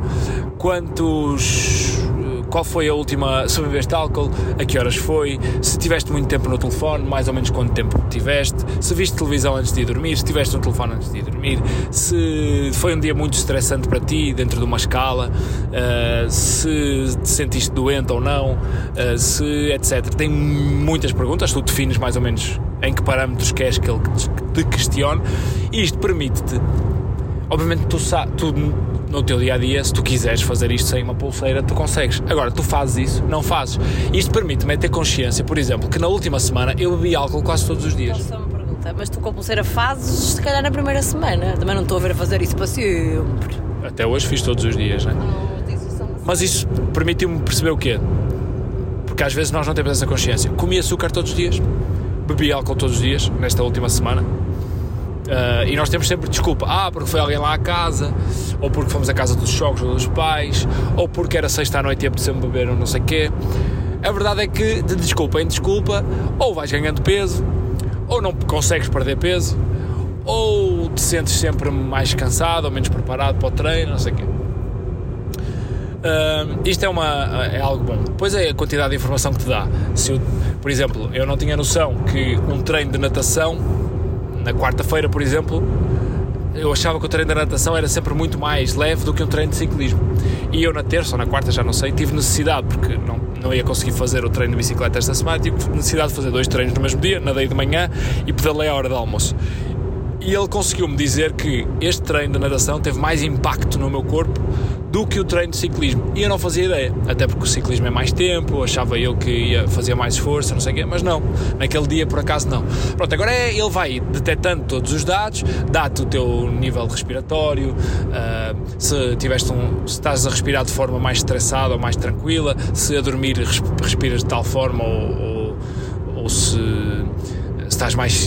qual foi a última, se bebeste álcool, a que horas foi, se tiveste muito tempo no telefone, mais ou menos quanto tempo tiveste, se viste televisão antes de ir dormir, se tiveste no telefone antes de ir dormir, se foi um dia muito estressante para ti, dentro de uma escala, se te sentiste doente ou não, etc. Tem muitas perguntas, tu defines mais ou menos em que parâmetros queres que ele te questione, e isto permite-te, obviamente tu no teu dia-a-dia, se tu quiseres fazer isto sem uma pulseira, tu consegues. Agora, tu fazes isso? Não fazes. Isto permite-me ter consciência, por exemplo, que na última semana eu bebi álcool quase todos os dias. Só uma pergunta, mas tu com a pulseira fazes, se calhar, na primeira semana. Também não estou a ver a fazer isso para sempre. Até hoje fiz todos os dias, não é? Mas isso permitiu-me perceber o quê? Porque às vezes nós não temos essa consciência. Comi açúcar todos os dias, bebi álcool todos os dias, nesta última semana. E nós temos sempre desculpa, porque foi alguém lá à casa, ou porque fomos à casa dos sogros ou dos pais, ou porque era sexta à noite e apeteceu-me beber ou não sei o quê. A verdade é que de desculpa em desculpa, ou vais ganhando peso, ou não consegues perder peso, ou te sentes sempre mais cansado ou menos preparado para o treino, não sei o quê. Isto é algo bom. Depois é a quantidade de informação que te dá. Por exemplo, eu não tinha noção que um treino de natação na quarta-feira, por exemplo, eu achava que o treino de natação era sempre muito mais leve do que um treino de ciclismo. E eu na terça ou na quarta, já não sei, tive necessidade, porque não ia conseguir fazer o treino de bicicleta esta semana, tive necessidade de fazer 2 treinos no mesmo dia, nadei de manhã e pedalei à hora do almoço. E ele conseguiu-me dizer que este treino de natação teve mais impacto no meu corpo do que o treino de ciclismo. E eu não fazia ideia, até porque o ciclismo é mais tempo, achava eu que fazia mais esforço, não sei o quê, mas não, naquele dia por acaso não. Pronto, agora ele vai detectando todos os dados, dá-te o teu nível respiratório, se estás a respirar de forma mais estressada ou mais tranquila, se a dormir respiras de tal forma ou se estás mais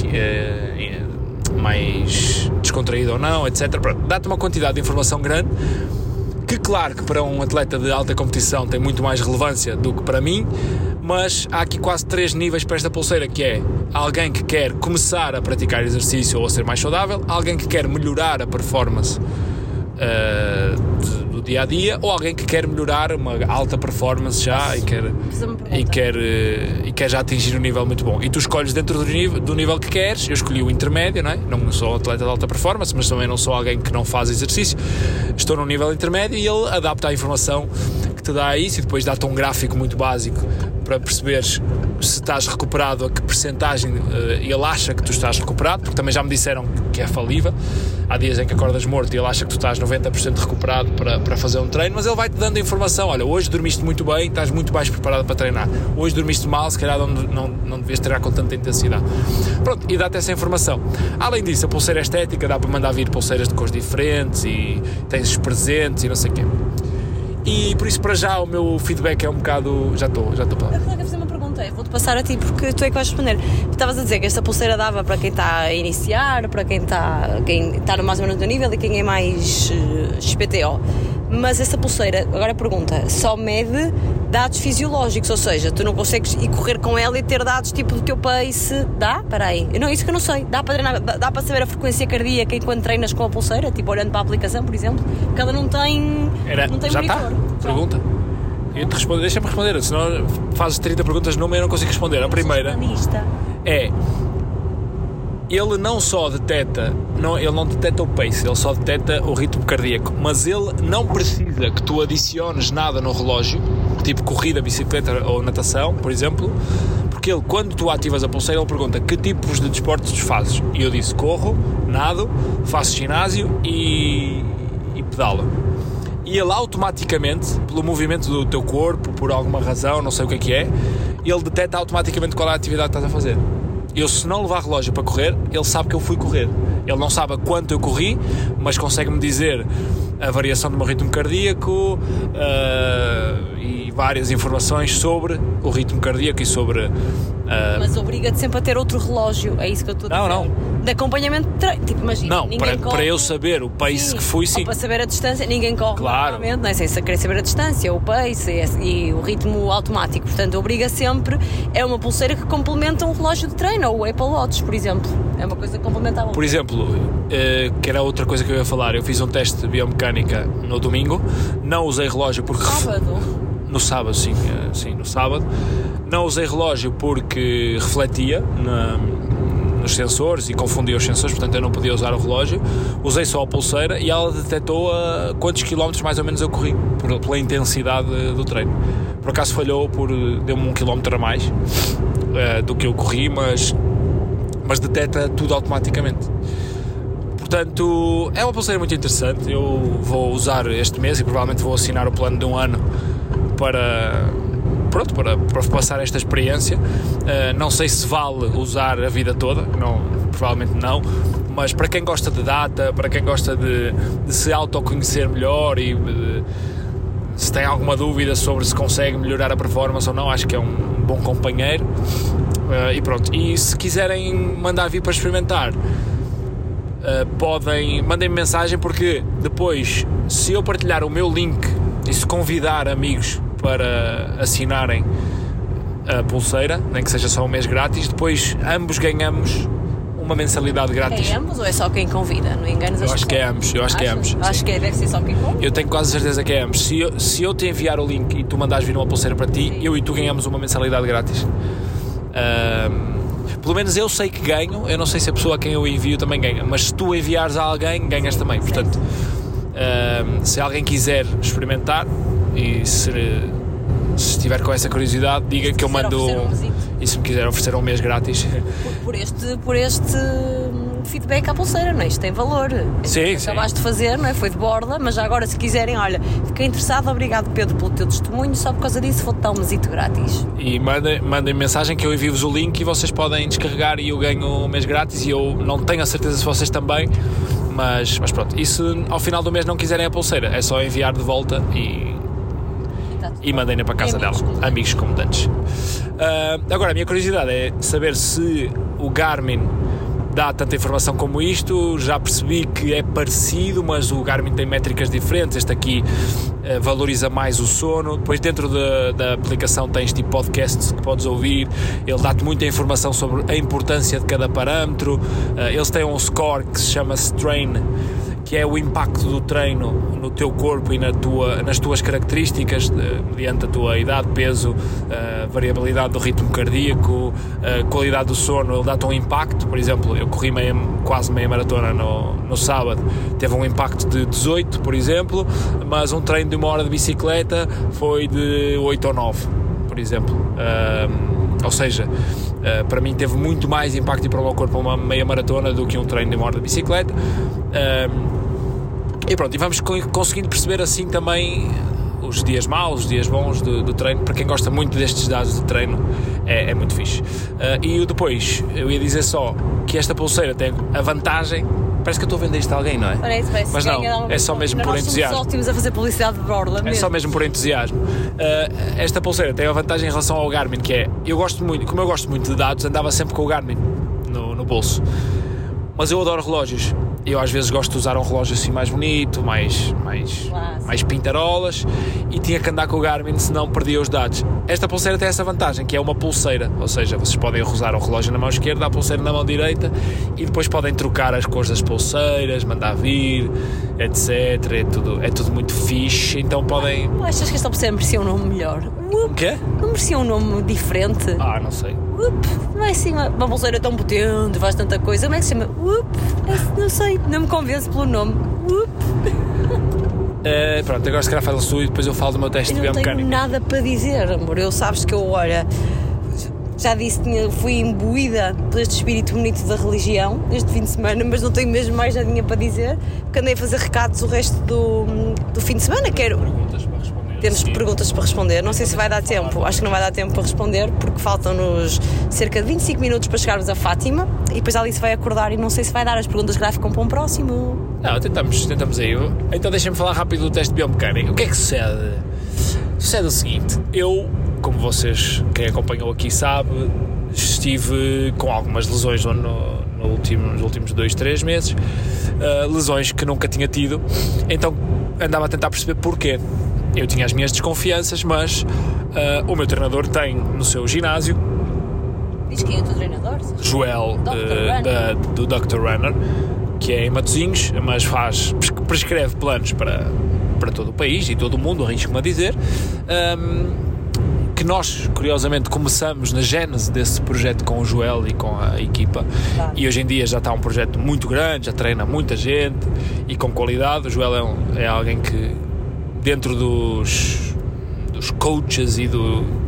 descontraído ou não, etc. Pronto, dá-te uma quantidade de informação grande que, claro, que para um atleta de alta competição tem muito mais relevância do que para mim, mas há aqui quase 3 níveis para esta pulseira, que é alguém que quer começar a praticar exercício ou a ser mais saudável, alguém que quer melhorar a performance do dia-a-dia, ou alguém que quer melhorar uma alta performance já e quer já atingir um nível muito bom. E tu escolhes dentro do nível que queres. Eu escolhi o intermédio, não é? Não sou um atleta de alta performance, mas também não sou alguém que não faz exercício. Estou num nível intermédio e ele adapta a informação que te dá isso e depois dá-te um gráfico muito básico para perceberes se estás recuperado, a que percentagem ele acha que tu estás recuperado, porque também já me disseram que é falível. Há dias em que acordas morto e ele acha que tu estás 90% recuperado para fazer um treino, mas ele vai-te dando a informação. Olha, hoje dormiste muito bem, estás muito mais preparado para treinar. Hoje dormiste mal, se calhar não devias treinar com tanta intensidade. Pronto, e dá-te essa informação. Além disso, a pulseira estética dá para mandar vir pulseiras de cores diferentes e tens os presentes e não sei o quê. E por isso, para já, o meu feedback é um bocado... Já estou para lá. Eu quero fazer uma pergunta. Vou-te passar a ti, porque tu é que vais responder. Estavas a dizer que esta pulseira dava para quem está a iniciar, para quem está no mais ou menos do nível e quem é mais XPTO. Mas essa pulseira, agora a pergunta, só mede dados fisiológicos, ou seja, tu não consegues ir correr com ela e ter dados tipo do teu pace. Dá? Espera aí. Não, isso que eu não sei. Dá para treinar, dá para saber a frequência cardíaca enquanto treinas com a pulseira, tipo olhando para a aplicação, por exemplo, porque ela não tem já monitor. Está? Pergunta. Eu te respondo, deixa-me responder, senão fazes 30 perguntas numa e eu não consigo responder. A primeira é: ele não só detecta, ele não detecta o pace, ele só detecta o ritmo cardíaco, mas ele não precisa que tu adiciones nada no relógio, tipo corrida, bicicleta ou natação, por exemplo, porque ele, quando tu ativas a pulseira, ele pergunta que tipos de desportos tu fazes. E eu disse: corro, nado, faço ginásio e pedalo. E ele automaticamente, pelo movimento do teu corpo, por alguma razão, não sei o que é, ele detecta automaticamente qual é a atividade que estás a fazer. Eu, se não levar relógio para correr, ele sabe que eu fui correr. Ele não sabe a quanto eu corri, mas consegue-me dizer a variação do meu ritmo cardíaco e várias informações sobre o ritmo cardíaco e sobre... Mas obriga-te sempre a ter outro relógio, é isso que eu estou a dizer? Não. De acompanhamento de treino, tipo, imagina, não, para eu saber o pace que fui, sim. Ou para saber a distância, ninguém corre normalmente, não é? Sem querer saber a distância, o pace e o ritmo automático, portanto obriga sempre, é uma pulseira que complementa um relógio de treino, ou o Apple Watch, por exemplo, é uma coisa complementar. Por exemplo, que era outra coisa que eu ia falar, eu fiz um teste de biomecânica no domingo, não usei relógio porque... No sábado, sim, no sábado. Não usei relógio porque refletia nos sensores e confundia os sensores, portanto eu não podia usar o relógio. Usei só a pulseira e ela detectou quantos quilómetros mais ou menos eu corri, pela intensidade do treino. Por acaso falhou, deu-me 1 quilómetro a mais do que eu corri, mas detecta tudo automaticamente. Portanto, é uma pulseira muito interessante. Eu vou usar este mês e provavelmente vou assinar o plano de 1 ano para passar esta experiência. Não sei se vale usar a vida toda, provavelmente não, mas para quem gosta de data, para quem gosta de se autoconhecer melhor e se tem alguma dúvida sobre se consegue melhorar a performance ou não, acho que é um bom companheiro. E pronto, e se quiserem mandar vir para experimentar, mandem-me mensagem, porque depois, se eu partilhar o meu link e se convidar amigos para assinarem a pulseira, nem que seja só um mês grátis, depois ambos ganhamos uma mensalidade grátis. É ambos ou é só quem convida? Não enganas? Eu acho que é ambos. Acho que deve ser só quem convida. Eu tenho quase certeza que é ambos. Se eu te enviar o link e tu mandares vir uma pulseira para ti, eu e tu ganhamos uma mensalidade grátis. Pelo menos eu sei que ganho. Eu não sei se a pessoa a quem eu envio também ganha, mas se tu enviares a alguém, ganhas também. Portanto, se alguém quiser experimentar e se estiver com essa curiosidade, diga que eu mando. E se me quiser oferecer um mês grátis por este feedback à pulseira, não é? Isto tem valor. Sim. Acabaste de fazer, não é? Foi de borla, mas já agora, se quiserem, olha, fiquei interessado, obrigado Pedro pelo teu testemunho, só por causa disso vou-te dar um mesito grátis. E mandem mensagem que eu envio-vos o link e vocês podem descarregar e eu ganho um mês grátis. E eu não tenho a certeza se vocês também, mas pronto. E se ao final do mês não quiserem a pulseira, é só enviar de volta e mandem-na para a casa dela, amigos comandantes. Agora, a minha curiosidade é saber se o Garmin dá tanta informação como isto. Já percebi que é parecido, mas o Garmin tem métricas diferentes. Este aqui valoriza mais o sono. Depois, dentro da aplicação, tens tipo podcasts que podes ouvir. Ele dá-te muita informação sobre a importância de cada parâmetro. Eles têm um score que se chama Strain, que é o impacto do treino no teu corpo e nas tuas características, mediante a tua idade, peso, variabilidade do ritmo cardíaco, qualidade do sono. Ele dá-te um impacto. Por exemplo, eu corri quase meia maratona no sábado, teve um impacto de 18, por exemplo, mas um treino de 1 hora de bicicleta foi de 8 ou 9, por exemplo. Ou seja, para mim teve muito mais impacto e para o meu corpo uma meia maratona do que um treino de 1 hora de bicicleta. E pronto, e vamos conseguindo perceber assim também os dias maus, os dias bons do treino. Para quem gosta muito destes dados de treino, é muito fixe. E depois, eu ia dizer só que esta pulseira tem a vantagem. Parece que eu estou a vender isto a alguém, não é? Parece, mas não, é só mesmo por entusiasmo. Nós somos a fazer publicidade de borla mesmo. É só mesmo por entusiasmo. Esta pulseira tem a vantagem em relação ao Garmin, que é, como eu gosto muito de dados, andava sempre com o Garmin no bolso. Mas eu adoro relógios. Eu às vezes gosto de usar um relógio assim mais bonito, mais pintarolas, e tinha que andar com o Garmin, senão perdia os dados. Esta pulseira tem essa vantagem, que é uma pulseira, ou seja, vocês podem usar o relógio na mão esquerda, a pulseira na mão direita, e depois podem trocar as cores das pulseiras, mandar vir, etc. É tudo muito fixe, então podem... Não achas que esta pulseira merecia um nome melhor? O quê? Não merecia um nome diferente? Não sei. Não é assim uma pulseira tão potente, faz tanta coisa. Como é que se chama? Não sei, não me convence pelo nome. Pronto, agora se calhar faz tu e depois eu falo do meu teste de biomecânica. Eu não tenho nada para dizer, amor. Eu sabes que eu, olha, já disse que fui imbuída por este espírito bonito da religião este fim de semana, mas não tenho mesmo mais nada para dizer, porque andei a fazer recados o resto do fim de semana. Temos perguntas para responder, não sei se vai dar tempo, acho que não vai dar tempo para responder, porque faltam-nos cerca de 25 minutos para chegarmos a Fátima, e depois a Alice vai acordar e não sei se vai dar as perguntas que já ficam para um próximo. Não, tentamos aí. Então deixem-me falar rápido do teste de biomecânica. O que é que sucede? Sucede o seguinte: eu, como vocês, quem acompanhou aqui sabe, estive com algumas lesões nos últimos 2-3 meses, lesões que nunca tinha tido, então andava a tentar perceber porquê. Eu tinha as minhas desconfianças, mas o meu treinador tem no seu ginásio. Diz quem é o teu treinador? Joel, do Dr. Runner, que é em Matosinhos, mas prescreve planos para todo o país e todo o mundo, arrisco-me a dizer. Que nós, curiosamente, começamos na gênese desse projeto com o Joel e com a equipa. Claro. E hoje em dia já está um projeto muito grande, já treina muita gente e com qualidade. O Joel é alguém que, dentro dos coaches e do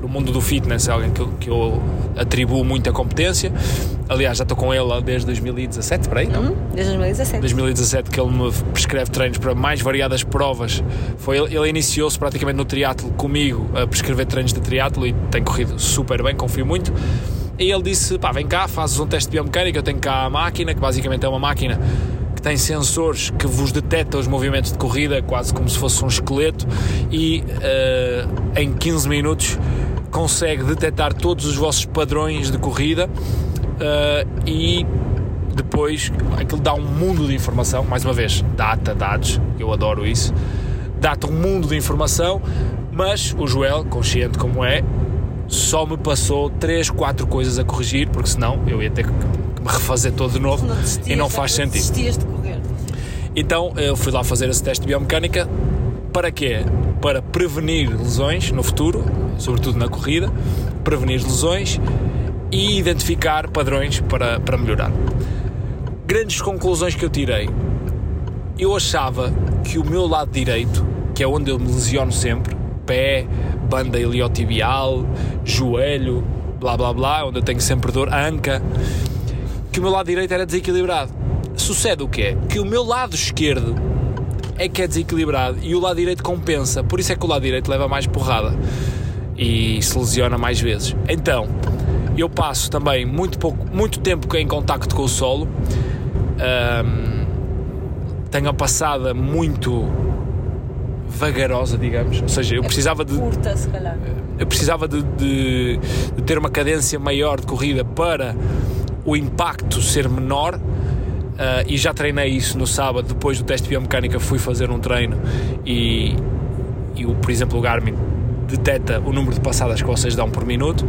no mundo do fitness, é alguém que eu atribuo muita competência. Aliás, já estou com ele desde 2017, por aí, não? Desde 2017. 2017 que ele me prescreve treinos para mais variadas provas. Ele iniciou-se praticamente no triatlo comigo a prescrever treinos de triatlo e tem corrido super bem, confio muito. E ele disse, vem cá, fazes um teste de biomecânica, eu tenho cá a máquina, que basicamente é uma máquina que tem sensores que vos detecta os movimentos de corrida, quase como se fosse um esqueleto, e em 15 minutos consegue detectar todos os vossos padrões de corrida, e depois aquilo dá um mundo de informação, mais uma vez, dados, eu adoro isso, dá-te um mundo de informação, mas o Joel, consciente como é, só me passou 3, 4 coisas a corrigir, porque senão eu ia ter que me refazer todo de novo e não faz sentido. Desistias de correr. Então eu fui lá fazer esse teste de biomecânica. Para quê? Para prevenir lesões no futuro, sobretudo na corrida, prevenir lesões e identificar padrões para melhorar. Grandes conclusões que eu tirei. Eu achava que o meu lado direito, que é onde eu me lesiono sempre, pé, banda iliotibial, joelho, blá blá blá, onde eu tenho sempre dor, anca, que o meu lado direito era desequilibrado. Sucede o quê? Que o meu lado esquerdo é que é desequilibrado e o lado direito compensa, por isso é que o lado direito leva mais porrada e se lesiona mais vezes. Então, eu passo também muito tempo em contacto com o solo, tenho a passada muito vagarosa, digamos, ou seja, eu precisava de curta, se calhar. Eu precisava de ter uma cadência maior de corrida para o impacto ser menor, e já treinei isso no sábado. Depois do teste de biomecânica fui fazer um treino e por exemplo, o Garmin detecta o número de passadas que vocês dão por minuto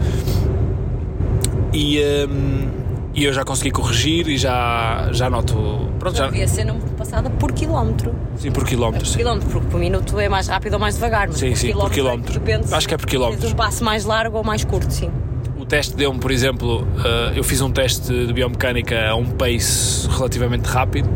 e eu já consegui corrigir e já noto. Pronto, já devia ser número de passada por quilómetro. Sim, por quilómetro. Por quilómetro, porque por minuto é mais rápido ou mais devagar, mas sim, por quilómetro. Acho que é por quilómetro. Um passo mais largo ou mais curto, sim. O teste deu-me, por exemplo, eu fiz um teste de biomecânica a um pace relativamente rápido,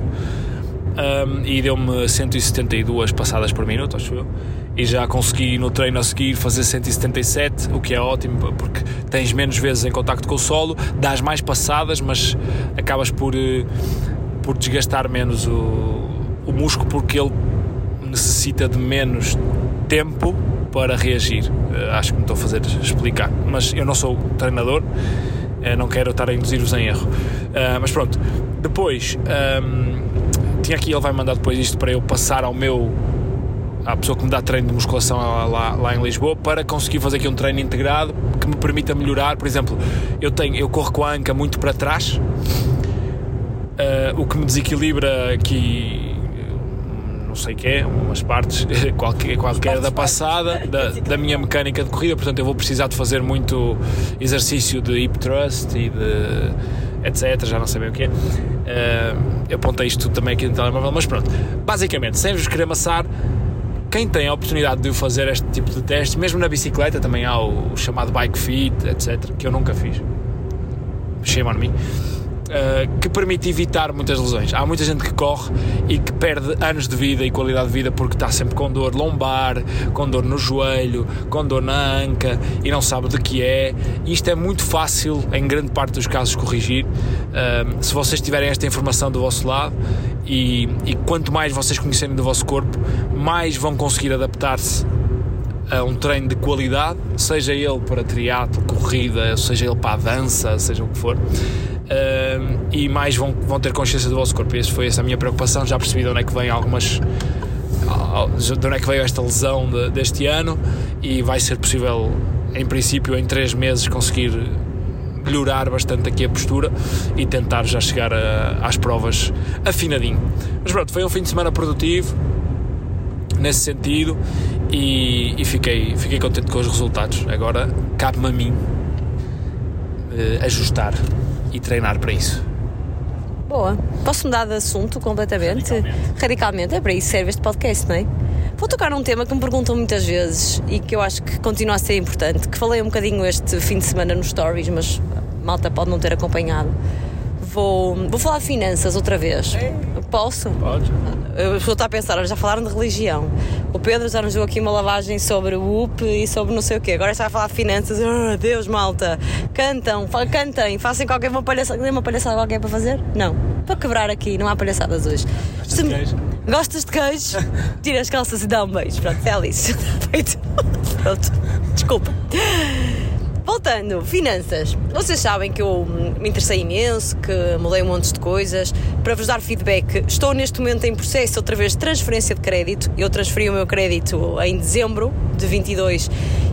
e deu-me 172 passadas por minuto, acho eu. E já consegui no treino a seguir fazer 177, o que é ótimo porque tens menos vezes em contacto com o solo, dás mais passadas, mas acabas por desgastar menos o músculo, porque ele necessita de menos tempo para reagir. Acho que me estou a fazer explicar, mas eu não sou treinador, não quero estar a induzir-vos em erro, mas pronto. Depois tinha aqui, ele vai mandar depois isto para eu passar à pessoa que me dá treino de musculação lá em Lisboa, para conseguir fazer aqui um treino integrado que me permita melhorar. Por exemplo, eu corro com a anca muito para trás, o que me desequilibra aqui, não sei o que é, umas partes qualquer da passada da minha mecânica de corrida. Portanto, eu vou precisar de fazer muito exercício de hip thrust e de etc, já não sei bem o que é. Eu apontei isto tudo também aqui no telemóvel, mas pronto, basicamente, sem vos querer amassar, quem tem a oportunidade de fazer este tipo de testes, mesmo na bicicleta também há o chamado bike fit, etc, que eu nunca fiz, shame on me, que permite evitar muitas lesões. Há muita gente que corre e que perde anos de vida e qualidade de vida porque está sempre com dor lombar, com dor no joelho, com dor na anca e não sabe de que é. Isto é muito fácil, em grande parte dos casos, corrigir, se vocês tiverem esta informação do vosso lado, e quanto mais vocês conhecerem do vosso corpo, mais vão conseguir adaptar-se a um treino de qualidade, seja ele para triatlo, corrida, seja ele para a dança, seja o que for. E mais vão ter consciência do vosso corpo. Foi essa a minha preocupação. Já percebi de onde é que vem de onde é que veio esta lesão deste ano, e vai ser possível, em princípio, em 3 meses conseguir melhorar bastante aqui a postura e tentar já chegar às provas afinadinho. Mas pronto, foi um fim de semana produtivo nesse sentido, e fiquei contente com os resultados. Agora cabe-me a mim ajustar e treinar para isso. Boa. Posso mudar de assunto completamente? Radicalmente. É para isso que serve este podcast, não é? Vou tocar num tema que me perguntam muitas vezes e que eu acho que continua a ser importante, que falei um bocadinho este fim de semana nos stories, mas a malta pode não ter acompanhado. Vou falar de finanças outra vez. Posso? Pode. eu estou a pensar, já falaram de religião. O Pedro já nos deu aqui uma lavagem sobre o UP e sobre não sei o quê. Agora está a falar de finanças. Oh, Deus, malta. Cantem, façam qualquer uma palhaçada qualquer para fazer? Não. Para quebrar aqui, não há palhaçadas hoje. Gostas de queijo? Gostas de queijo? Tira as calças e dá um beijo. Pronto, é Alice. Pronto, desculpa. Voltando, finanças. Vocês sabem que eu me interessei imenso, que mudei um monte de coisas. Para vos dar feedback, estou neste momento em processo outra vez de transferência de crédito. Eu transferi o meu crédito em dezembro de 22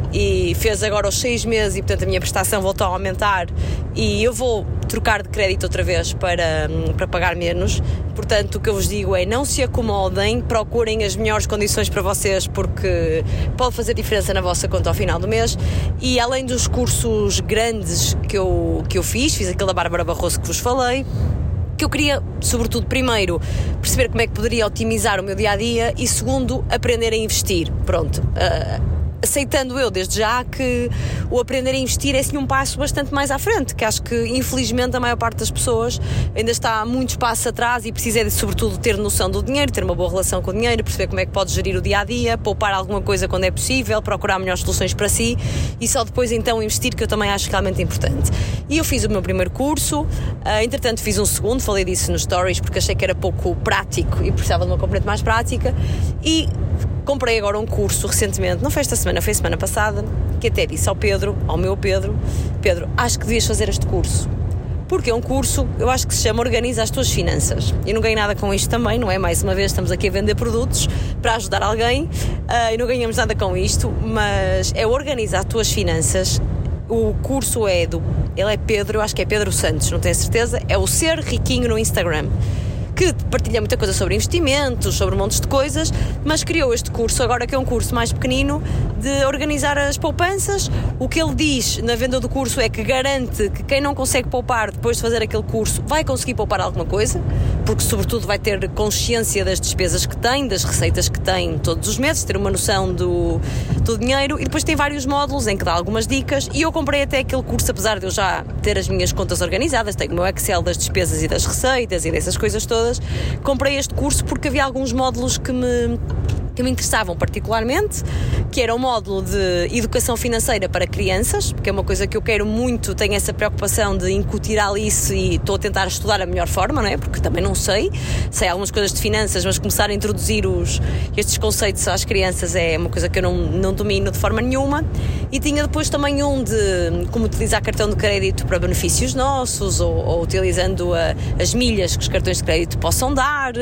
e fez agora os 6 meses e, portanto, a minha prestação voltou a aumentar e eu vou trocar de crédito outra vez para pagar menos. Portanto, o que eu vos digo é: não se acomodem, procurem as melhores condições para vocês, porque pode fazer diferença na vossa conta ao final do mês. E além dos cursos grandes que eu fiz aquele da Bárbara Barroso que vos falei, que eu queria, sobretudo, primeiro, perceber como é que poderia otimizar o meu dia-a-dia e, segundo, aprender a investir. Pronto. Aceitando eu desde já que o aprender a investir é sim um passo bastante mais à frente, que acho que infelizmente a maior parte das pessoas ainda está muito espaço atrás e precisa de, sobretudo, ter noção do dinheiro, ter uma boa relação com o dinheiro, perceber como é que pode gerir o dia-a-dia, poupar alguma coisa quando é possível, procurar melhores soluções para si e só depois então investir, que eu também acho realmente importante. E eu fiz o meu primeiro curso, entretanto fiz um segundo, falei disso nos stories porque achei que era pouco prático e precisava de uma componente mais prática, e comprei agora um curso recentemente, não foi esta semana, foi a semana passada, que até disse ao meu Pedro, acho que devias fazer este curso, porque é um curso, eu acho que se chama Organiza as Tuas Finanças. Eu não ganho nada com isto também, não é? Mais uma vez estamos aqui a vender produtos para ajudar alguém e não ganhamos nada com isto, mas é Organiza as Tuas Finanças. O curso ele é Pedro, eu acho que é Pedro Santos, não tenho certeza, é o Ser Riquinho no Instagram, que partilha muita coisa sobre investimentos, sobre montes de coisas, mas criou este curso agora, que é um curso mais pequenino, de organizar as poupanças. O que ele diz na venda do curso é que garante que quem não consegue poupar depois de fazer aquele curso vai conseguir poupar alguma coisa, porque sobretudo vai ter consciência das despesas que tem, das receitas que tem todos os meses, ter uma noção do dinheiro, e depois tem vários módulos em que dá algumas dicas. E eu comprei até aquele curso, apesar de eu já ter as minhas contas organizadas, tenho o meu Excel das despesas e das receitas e dessas coisas todas. Comprei este curso porque havia alguns módulos que me interessavam particularmente, que era o módulo de educação financeira para crianças, porque é uma coisa que eu quero muito, tenho essa preocupação de incutir ali isso e estou a tentar estudar da melhor forma, não é? Porque também não sei algumas coisas de finanças, mas começar a introduzir estes conceitos às crianças é uma coisa que eu não domino de forma nenhuma. E tinha depois também um de como utilizar cartão de crédito para benefícios nossos, ou utilizando as milhas que os cartões de crédito possam dar,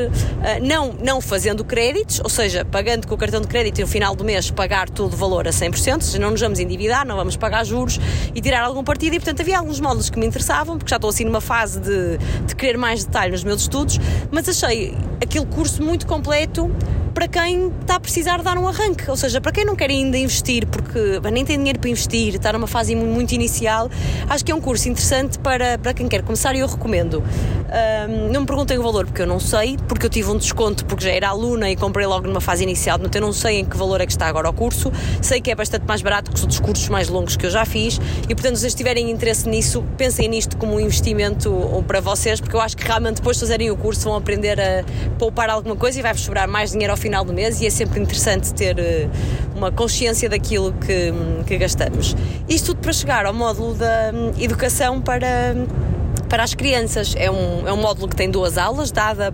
não fazendo créditos, ou seja, pagando com o cartão de crédito e no final do mês pagar todo o valor a 100%, ou seja, não nos vamos endividar, não vamos pagar juros e tirar algum partido. E portanto havia alguns módulos que me interessavam, porque já estou assim numa fase de querer mais detalhe nos meus estudos, mas achei aquele curso muito completo para quem está a precisar dar um arranque, ou seja, para quem não quer ainda investir porque nem tem dinheiro para investir, está numa fase muito inicial. Acho que é um curso interessante para quem quer começar e eu recomendo. Não me perguntem o valor porque eu não sei, porque eu tive um desconto porque já era aluna e comprei logo numa fase inicial, portanto eu não sei em que valor é que está agora o curso. Sei que é bastante mais barato que os outros cursos mais longos que eu já fiz e, portanto, se vocês tiverem interesse nisso, pensem nisto como um investimento para vocês, porque eu acho que realmente depois de fazerem o curso vão aprender a poupar alguma coisa e vai-vos sobrar mais dinheiro ao final do mês, e é sempre interessante ter uma consciência daquilo que gastamos. Isto tudo para chegar ao módulo da educação para as crianças. É um módulo que tem 2 aulas, dada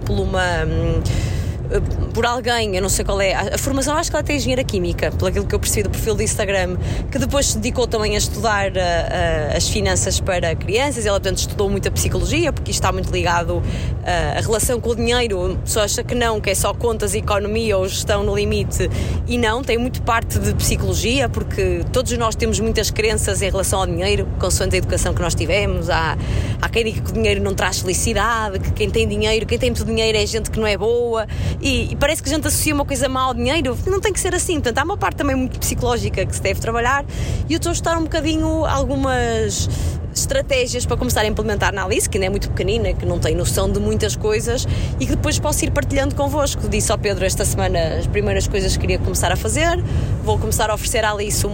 por alguém, eu não sei qual é a formação, acho que ela tem engenheira química, pelo aquilo que eu percebi do perfil do Instagram, que depois se dedicou também a estudar as finanças para crianças. Ela, portanto, estudou muito a psicologia, porque isto está muito ligado à relação com o dinheiro. A pessoa acha que não, que é só contas, economia ou gestão no limite, e não, tem muito parte de psicologia, porque todos nós temos muitas crenças em relação ao dinheiro, consoante a educação que nós tivemos. Há quem diga que o dinheiro não traz felicidade, que quem tem muito dinheiro é gente que não é boa, e parece que a gente associa uma coisa má ao dinheiro. Não tem que ser assim. Portanto, há uma parte também muito psicológica que se deve trabalhar, e eu estou a estudar um bocadinho algumas estratégias para começar a implementar na Alice, que ainda é muito pequenina, que não tem noção de muitas coisas e que depois posso ir partilhando convosco. Disse ao Pedro esta semana as primeiras coisas que queria começar a fazer. Vou começar a oferecer à Alice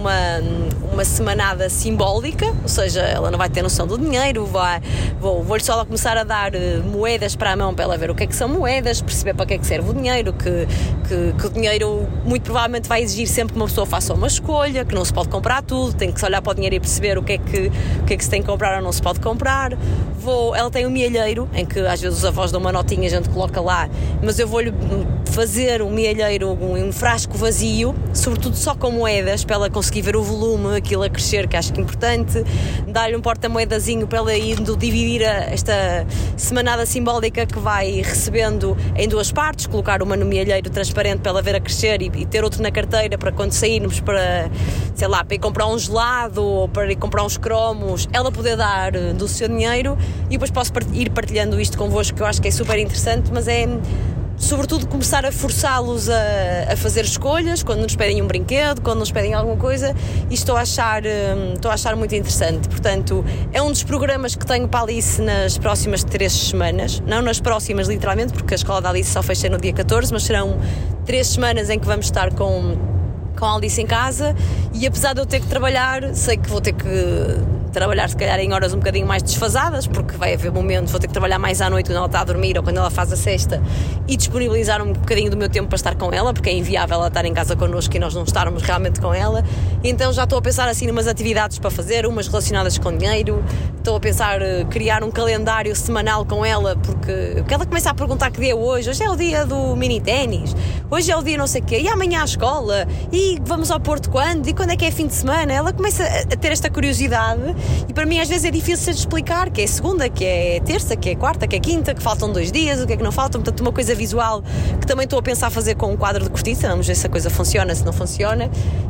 uma semanada simbólica, ou seja, ela não vai ter noção do dinheiro, vou-lhe só começar a dar moedas para a mão para ela ver o que é que são moedas, perceber para que é que serve o dinheiro, que o dinheiro muito provavelmente vai exigir sempre que uma pessoa faça uma escolha, que não se pode comprar tudo, tem que se olhar para o dinheiro e perceber o que é que se tem que comprar ou não se pode comprar. Ela tem um mielheiro, em que às vezes os avós dão uma notinha, a gente coloca lá, mas eu vou-lhe fazer um mielheiro, um frasco vazio, sobretudo só com moedas, para ela conseguir ver o volume, aquilo a crescer, que acho que é importante. Dar-lhe um porta-moedazinho para ela ir dividir esta semanada simbólica que vai recebendo em duas partes, colocar uma no mielheiro transparente para ela ver a crescer e ter outro na carteira para quando sairmos para, sei lá, para ir comprar um gelado ou para ir comprar uns cromos, ela poder dar do seu dinheiro. E depois posso ir partilhando isto convosco, que eu acho que é super interessante, mas é sobretudo começar a forçá-los a fazer escolhas quando nos pedem um brinquedo, quando nos pedem alguma coisa, e estou a achar muito interessante. Portanto, é um dos programas que tenho para a Alice nas próximas 3 semanas, não nas próximas literalmente, porque a escola da Alice só fecha no dia 14, mas serão 3 semanas em que vamos estar com a Alice em casa, e apesar de eu ter que trabalhar, sei que vou ter que trabalhar se calhar em horas um bocadinho mais desfasadas, porque vai haver momentos, vou ter que trabalhar mais à noite quando ela está a dormir ou quando ela faz a siesta, e disponibilizar um bocadinho do meu tempo para estar com ela, porque é inviável ela estar em casa connosco e nós não estarmos realmente com ela. Então já estou a pensar assim numas atividades para fazer, umas relacionadas com dinheiro. Estou a pensar criar um calendário semanal com ela, porque ela começa a perguntar que dia é hoje é o dia do mini-ténis, hoje é o dia não sei o quê, e amanhã à escola, e vamos ao Porto quando, e quando é que é fim de semana. Ela começa a ter esta curiosidade, e para mim às vezes é difícil de explicar que é segunda, que é terça, que é quarta, que é quinta, que faltam 2 dias, o que é que não faltam. Portanto, uma coisa visual que também estou a pensar fazer com um quadro de cortiça. Vamos ver se a coisa funciona, se não funciona.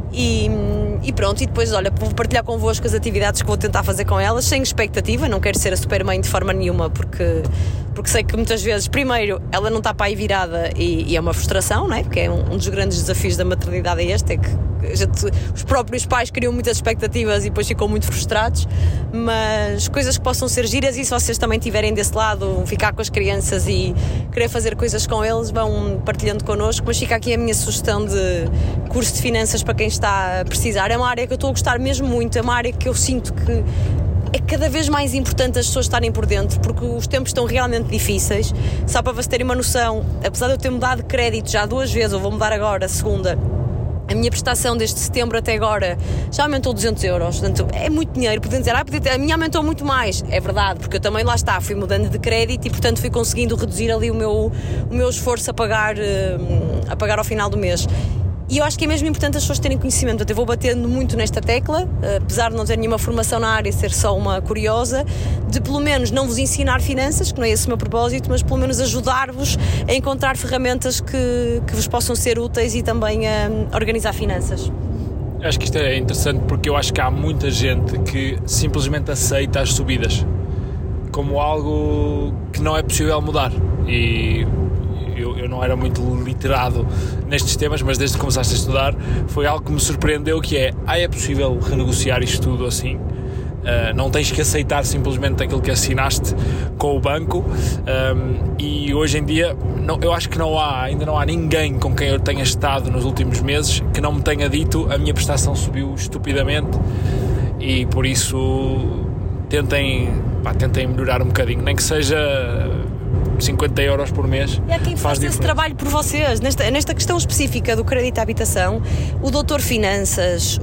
E pronto, e depois, olha, vou partilhar convosco as atividades que vou tentar fazer com elas, sem expectativa. Não quero ser a super-mãe de forma nenhuma, porque sei que muitas vezes, primeiro, ela não está para aí virada e é uma frustração, não é? Porque é um dos grandes desafios da maternidade, é que os próprios pais criam muitas expectativas e depois ficam muito frustrados. Mas coisas que possam ser giras, e se vocês também estiverem desse lado, ficar com as crianças e querer fazer coisas com eles, vão partilhando connosco. Mas fica aqui a minha sugestão de curso de finanças para quem está a precisar. É uma área que eu estou a gostar mesmo muito, é uma área que eu sinto que é cada vez mais importante as pessoas estarem por dentro, porque os tempos estão realmente difíceis. Só para vocês terem uma noção, apesar de eu ter mudado de crédito já 2 vezes, eu vou mudar agora a segunda, a minha prestação desde setembro até agora já aumentou 200 euros. Portanto, é muito dinheiro. Podem dizer, a minha aumentou muito mais. É verdade, porque eu também lá está, fui mudando de crédito e portanto fui conseguindo reduzir ali o meu esforço a pagar ao final do mês. E eu acho que é mesmo importante as pessoas terem conhecimento. Portanto, eu vou batendo muito nesta tecla, apesar de não ter nenhuma formação na área, ser só uma curiosa, de pelo menos não vos ensinar finanças, que não é esse o meu propósito, mas pelo menos ajudar-vos a encontrar ferramentas que vos possam ser úteis e também a organizar finanças. Acho que isto é interessante, porque eu acho que há muita gente que simplesmente aceita as subidas como algo que não é possível mudar. E eu não era muito literado nestes temas, mas desde que começaste a estudar foi algo que me surpreendeu, que é possível renegociar isto tudo assim. Não tens que aceitar simplesmente aquilo que assinaste com o banco, e hoje em dia eu acho que ainda não há ninguém com quem eu tenha estado nos últimos meses que não me tenha dito a minha prestação subiu estupidamente, e por isso tentem melhorar um bocadinho, nem que seja 50 euros por mês. E há quem faça esse trabalho por vocês. Nesta questão específica do crédito à habitação, o Doutor Finanças,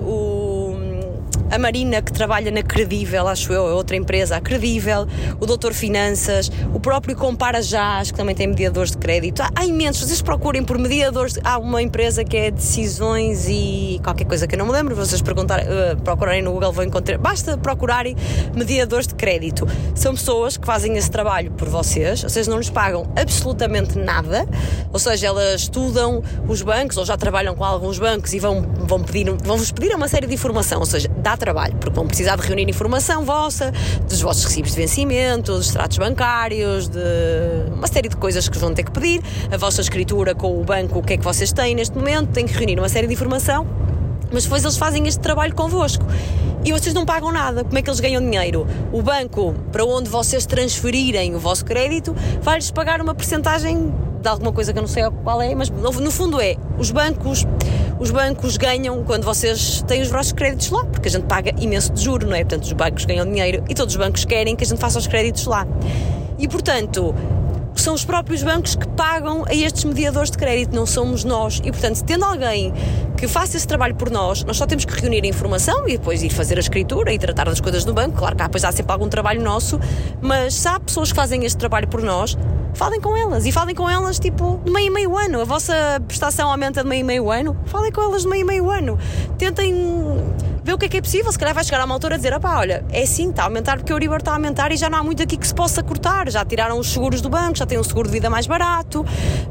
a Marina, que trabalha na Credível, acho eu, é outra empresa, a Credível, o Doutor Finanças, o próprio Compara Jás, que também tem mediadores de crédito. Há imensos, vocês procurem por mediadores. Há uma empresa que é Decisões e qualquer coisa que eu não me lembro, vocês procurarem no Google vão encontrar, basta procurarem mediadores de crédito. São pessoas que fazem esse trabalho por vocês não lhes pagam absolutamente nada, ou seja, elas estudam os bancos ou já trabalham com alguns bancos e vão-vos pedir uma série de informação, ou seja, dá trabalho, porque vão precisar de reunir informação vossa, dos vossos recibos de vencimento, dos extratos bancários, de uma série de coisas que vão ter que pedir, a vossa escritura com o banco, o que é que vocês têm neste momento, têm que reunir uma série de informação, mas depois eles fazem este trabalho convosco. e vocês não pagam nada. Como é que eles ganham dinheiro? O banco para onde vocês transferirem o vosso crédito vai-lhes pagar uma percentagem de alguma coisa que eu não sei qual é, mas no fundo os bancos ganham quando vocês têm os vossos créditos lá, porque a gente paga imenso de juro, não é? Portanto, os bancos ganham dinheiro e todos os bancos querem que a gente faça os créditos lá. E, portanto, são os próprios bancos que pagam a estes mediadores de crédito, não somos nós. E, portanto, tendo alguém que faça esse trabalho por nós só temos que reunir a informação e depois ir fazer a escritura e tratar das coisas no banco. Claro que depois há sempre algum trabalho nosso, mas se há pessoas que fazem este trabalho por nós, falem com elas. E falem com elas, tipo, de meio e meio ano. A vossa prestação aumenta de meio e meio ano. Falem com elas de meio e meio ano. Tentem ver o que é possível. Se calhar vai chegar a uma altura a dizer, olha, é assim, está a aumentar porque o Euribor está a aumentar e já não há muito aqui que se possa cortar. Já tiraram os seguros do banco, já têm um seguro de vida mais barato,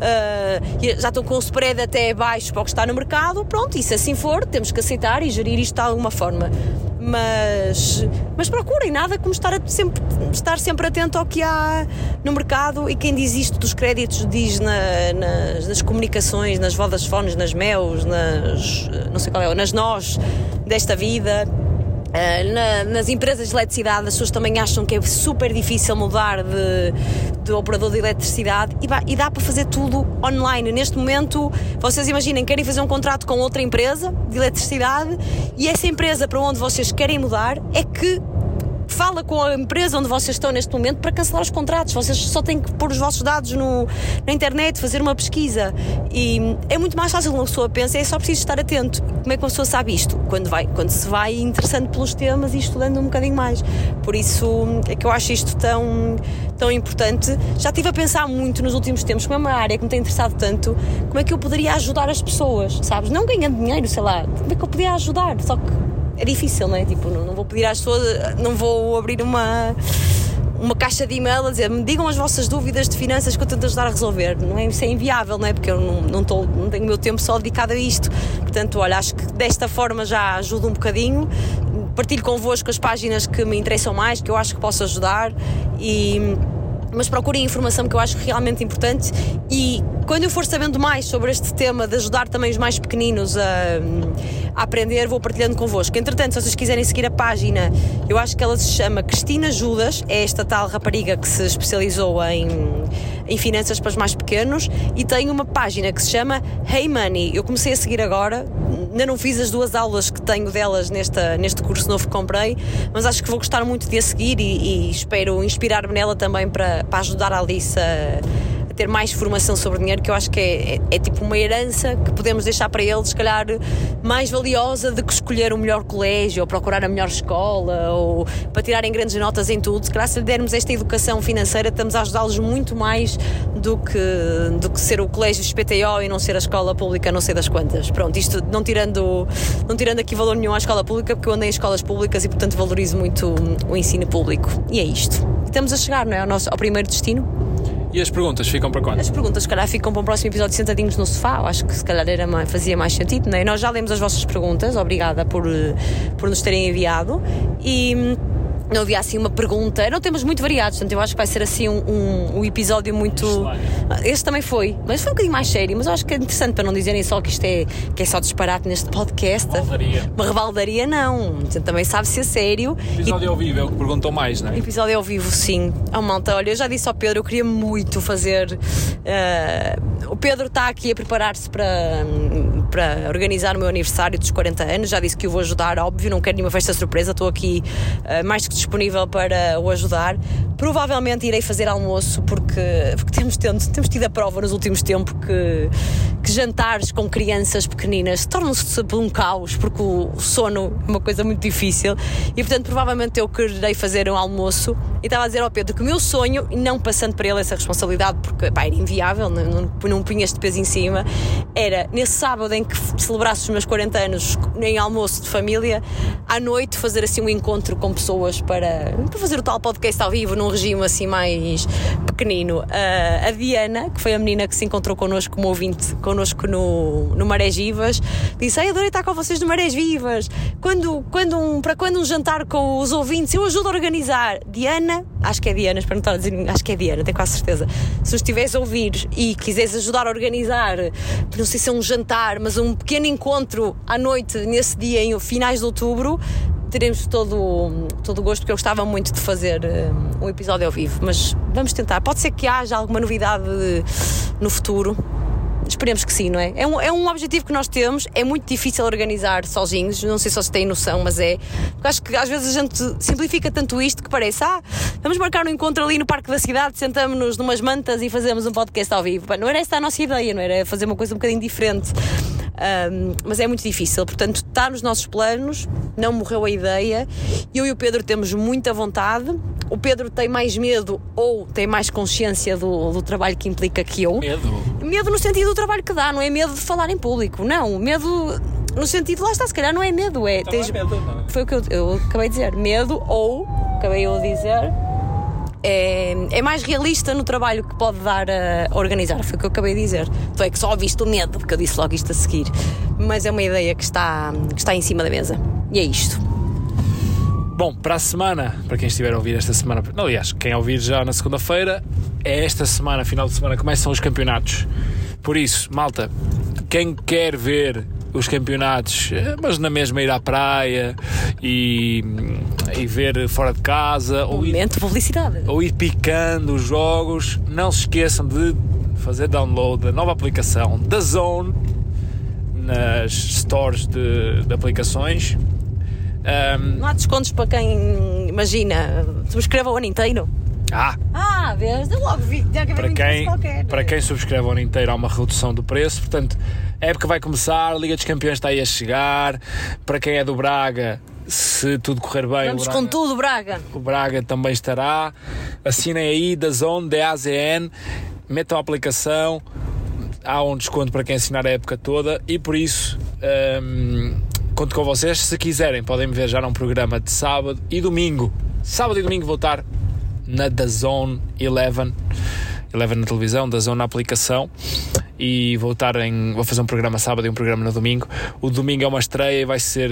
já estão com o spread até baixo para o que está no mercado. Pronto, e se assim for, temos que aceitar e gerir isto de alguma forma. Mas procurem, nada como estar sempre atento ao que há no mercado. E quem diz isto dos créditos diz nas comunicações, nas Vodafones, nas MEUs, não sei qual é, nas nós desta vida, nas empresas de eletricidade. As pessoas também acham que é super difícil mudar de operador de eletricidade e dá para fazer tudo online. Neste momento, vocês imaginem, querem fazer um contrato com outra empresa de eletricidade e essa empresa para onde vocês querem mudar é que fala com a empresa onde vocês estão neste momento para cancelar os contratos. Vocês só têm que pôr os vossos dados na internet, fazer uma pesquisa, e é muito mais fácil. Uma pessoa pensa, é só preciso estar atento. Como é que uma pessoa sabe isto? Quando se vai interessando pelos temas e estudando um bocadinho mais. Por isso é que eu acho isto tão importante. Já estive a pensar muito nos últimos tempos, como é uma área que me tem interessado tanto, como é que eu poderia ajudar as pessoas, sabes? Não ganhando dinheiro, sei lá, como é que eu podia ajudar? Só que é difícil, não é? Tipo, não vou pedir às pessoas, não vou abrir uma caixa de e-mail a dizer, me digam as vossas dúvidas de finanças que eu tento ajudar a resolver. Não é? Isso é inviável, não é? Porque eu não tenho o meu tempo só dedicado a isto. Portanto, olha, acho que desta forma já ajudo um bocadinho. Partilho convosco as páginas que me interessam mais, que eu acho que posso ajudar, mas procurem informação que eu acho realmente importante. E quando eu for sabendo mais sobre este tema de ajudar também os mais pequeninos a aprender, vou partilhando convosco. Entretanto, se vocês quiserem seguir a página, eu acho que ela se chama Cristina Judas, é esta tal rapariga que se especializou em finanças para os mais pequenos, e tem uma página que se chama Hey Money. Eu comecei a seguir agora, ainda não fiz as 2 aulas que tenho delas neste curso novo que comprei, mas acho que vou gostar muito de a seguir e espero inspirar-me nela também para ajudar a Alice a ter mais formação sobre dinheiro, que eu acho que é tipo uma herança que podemos deixar para eles, se calhar mais valiosa do que escolher o melhor colégio ou procurar a melhor escola ou para tirarem grandes notas em tudo. Se calhar, se lhe dermos esta educação financeira, estamos a ajudá-los muito mais do que ser o colégio XPTO e não ser a escola pública não sei das quantas. Pronto, isto não tirando aqui valor nenhum à escola pública, porque eu andei em escolas públicas e portanto valorizo muito o ensino público. E é isto. E estamos a chegar, não é, ao primeiro destino. E as perguntas ficam para quando? As perguntas, se calhar, ficam para o próximo episódio, sentadinhos no sofá. Eu acho que se calhar fazia mais sentido, não é? Nós já lemos as vossas perguntas, obrigada por nos terem enviado. E não havia assim uma pergunta, não temos muito variados, portanto eu acho que vai ser assim um episódio muito... Este também foi, mas foi um bocadinho mais sério, mas eu acho que é interessante para não dizerem só que isto é só disparate neste podcast. Uma rebaldaria não, a gente também sabe ser sério. Episódio ao vivo é o que perguntou mais, não é? Episódio ao vivo, sim. Malta, olha, eu já disse ao Pedro, eu queria muito fazer... O Pedro está aqui a preparar-se para organizar o meu aniversário dos 40 anos, já disse que o vou ajudar, óbvio, não quero nenhuma festa surpresa, estou aqui mais que disponível para o ajudar. Provavelmente irei fazer almoço porque temos tido a prova nos últimos tempos que jantares com crianças pequeninas tornam-se um caos, porque o sono é uma coisa muito difícil e portanto provavelmente eu quererei fazer um almoço. E estava a dizer ao Pedro que o meu sonho, e não passando para ele essa responsabilidade porque era inviável, não punha este peso em cima, era nesse sábado em que celebrasse os meus 40 anos em almoço de família, à noite fazer assim um encontro com pessoas para fazer o tal podcast ao vivo num regime assim mais pequenino. A Diana, que foi a menina que se encontrou connosco como ouvinte connosco no Marés Vivas, disse: adorei estar com vocês no Marés Vivas, quando um jantar com os ouvintes eu ajudo a organizar. Diana, acho que é Diana, espero não estar a dizer, acho que é Diana, tenho quase certeza. Se os estiveres a ouvir e quiseres ajudar a organizar, não sei se é um jantar, mas um pequeno encontro à noite nesse dia em finais de outubro, teremos todo o gosto, porque eu gostava muito de fazer um episódio ao vivo, mas vamos tentar. Pode ser que haja alguma novidade no futuro. Esperemos que sim, não é? É um objetivo que nós temos, é muito difícil organizar sozinhos, não sei se vocês têm noção, mas é. Porque acho que às vezes a gente simplifica tanto isto que parece, vamos marcar um encontro ali no Parque da Cidade, sentamos-nos numas mantas e fazemos um podcast ao vivo. Não era essa a nossa ideia, não era fazer uma coisa um bocadinho diferente. Mas é muito difícil, portanto está nos nossos planos, não morreu a ideia. Eu e o Pedro temos muita vontade. O Pedro tem mais medo ou tem mais consciência do trabalho que implica que eu. Medo no sentido do trabalho que dá, não é medo de falar em público, não, medo no sentido, lá está, se calhar não é medo, foi o que eu acabei de dizer, medo ou, acabei eu de dizer, é mais realista no trabalho que pode dar a organizar, foi o que eu acabei de dizer. Tu é que só ouviste o medo, porque eu disse logo isto a seguir, mas é uma ideia que está em cima da mesa, e é isto. Bom, para a semana, para quem estiver a ouvir esta semana, aliás, quem ouvir já na segunda-feira, é esta semana, final de semana, começam os campeonatos. Por isso, malta, quem quer ver os campeonatos, mas na mesma ir à praia e ver fora de casa, publicidade, ou ir picando os jogos, não se esqueçam de fazer download da nova aplicação DAZN nas stores de aplicações. Não há descontos para quem, imagina, subscreva o ano inteiro? Vês? Eu logo vi. Para quem subscreve o ano inteiro há uma redução do preço, portanto, a época vai começar, a Liga dos Campeões está aí a chegar. Para quem é do Braga, se tudo correr bem, vamos com tudo, Braga. O Braga também estará. Assinem aí, DAZN, DAZN, metam a aplicação, há um desconto para quem assinar a época toda e por isso... conto com vocês, se quiserem podem me ver já num programa de sábado e domingo. Sábado e domingo vou estar na DAZN 11 na televisão, DAZN na aplicação, e vou fazer um programa sábado e um programa no domingo. O domingo é uma estreia e vai ser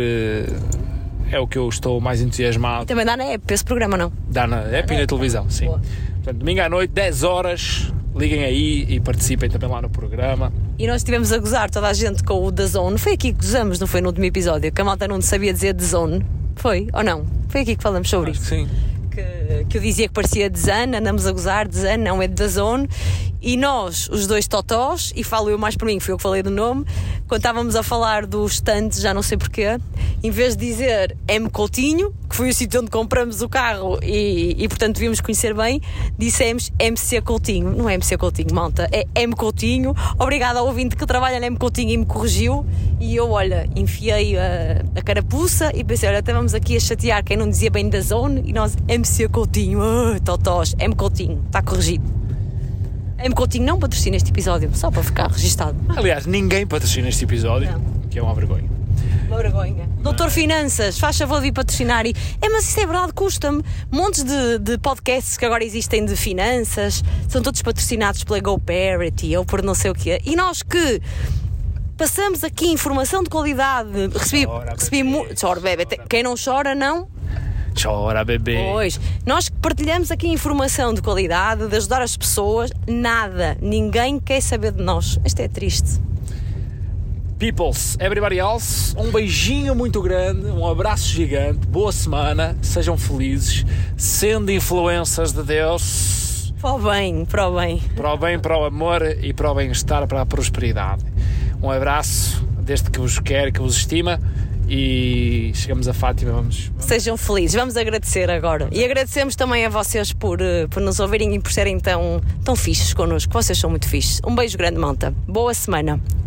é o que eu estou mais entusiasmado. E também dá na app esse programa, não? Dá na app e na televisão, sim. Boa. Portanto, domingo à noite, 10 horas, liguem aí e participem também lá no programa. E nós estivemos a gozar toda a gente com o DAZN. Foi aqui que gozamos, não foi no último episódio? Que a malta não sabia dizer DAZN. Foi ou não? Foi aqui que falamos sobre isso. Sim. Que eu dizia que parecia DAZN, andamos a gozar, DAZN, não é DAZN. E nós, os dois totós, e falo eu mais por mim, que fui eu que falei do nome, quando estávamos a falar dos stands, já não sei porquê, em vez de dizer M. Coutinho, que foi o sítio onde compramos o carro e portanto devíamos conhecer bem, dissemos MC Coutinho. Não é MC Coutinho, malta, é M. Coutinho. Obrigada ao ouvinte que trabalha na M. Coutinho e me corrigiu. E eu, olha, enfiei a carapuça e pensei, olha, estávamos aqui a chatear quem não dizia bem da zone e nós, MC Coutinho, totós, M. Coutinho, está corrigido. M. Coutinho não patrocina este episódio, só para ficar registado. Aliás, ninguém patrocina este episódio, que é uma vergonha. Uma vergonha. Doutor Finanças, faz favor de ir patrocinar. Mas isso é verdade, custa-me. Montes de podcasts que agora existem de finanças, são todos patrocinados pela GoParity ou por não sei o quê. E nós que passamos aqui informação de qualidade, recebi muito. Chora, bebê. Quem não chora, não? Chora, bebê. Pois, nós que partilhamos aqui informação de qualidade, de ajudar as pessoas, nada, ninguém quer saber de nós. Isto é triste. Peoples, everybody else, um beijinho muito grande, um abraço gigante, boa semana, sejam felizes, sendo influências de Deus. Para o bem, para o bem. Para o bem, para o amor e para o bem-estar, para a prosperidade. Um abraço, desde que vos quer, que vos estima. E chegamos a Fátima, vamos. Sejam felizes, vamos agradecer agora. E agradecemos também a vocês por nos ouvirem e por serem tão fixes connosco. Vocês são muito fixes. Um beijo grande, malta. Boa semana.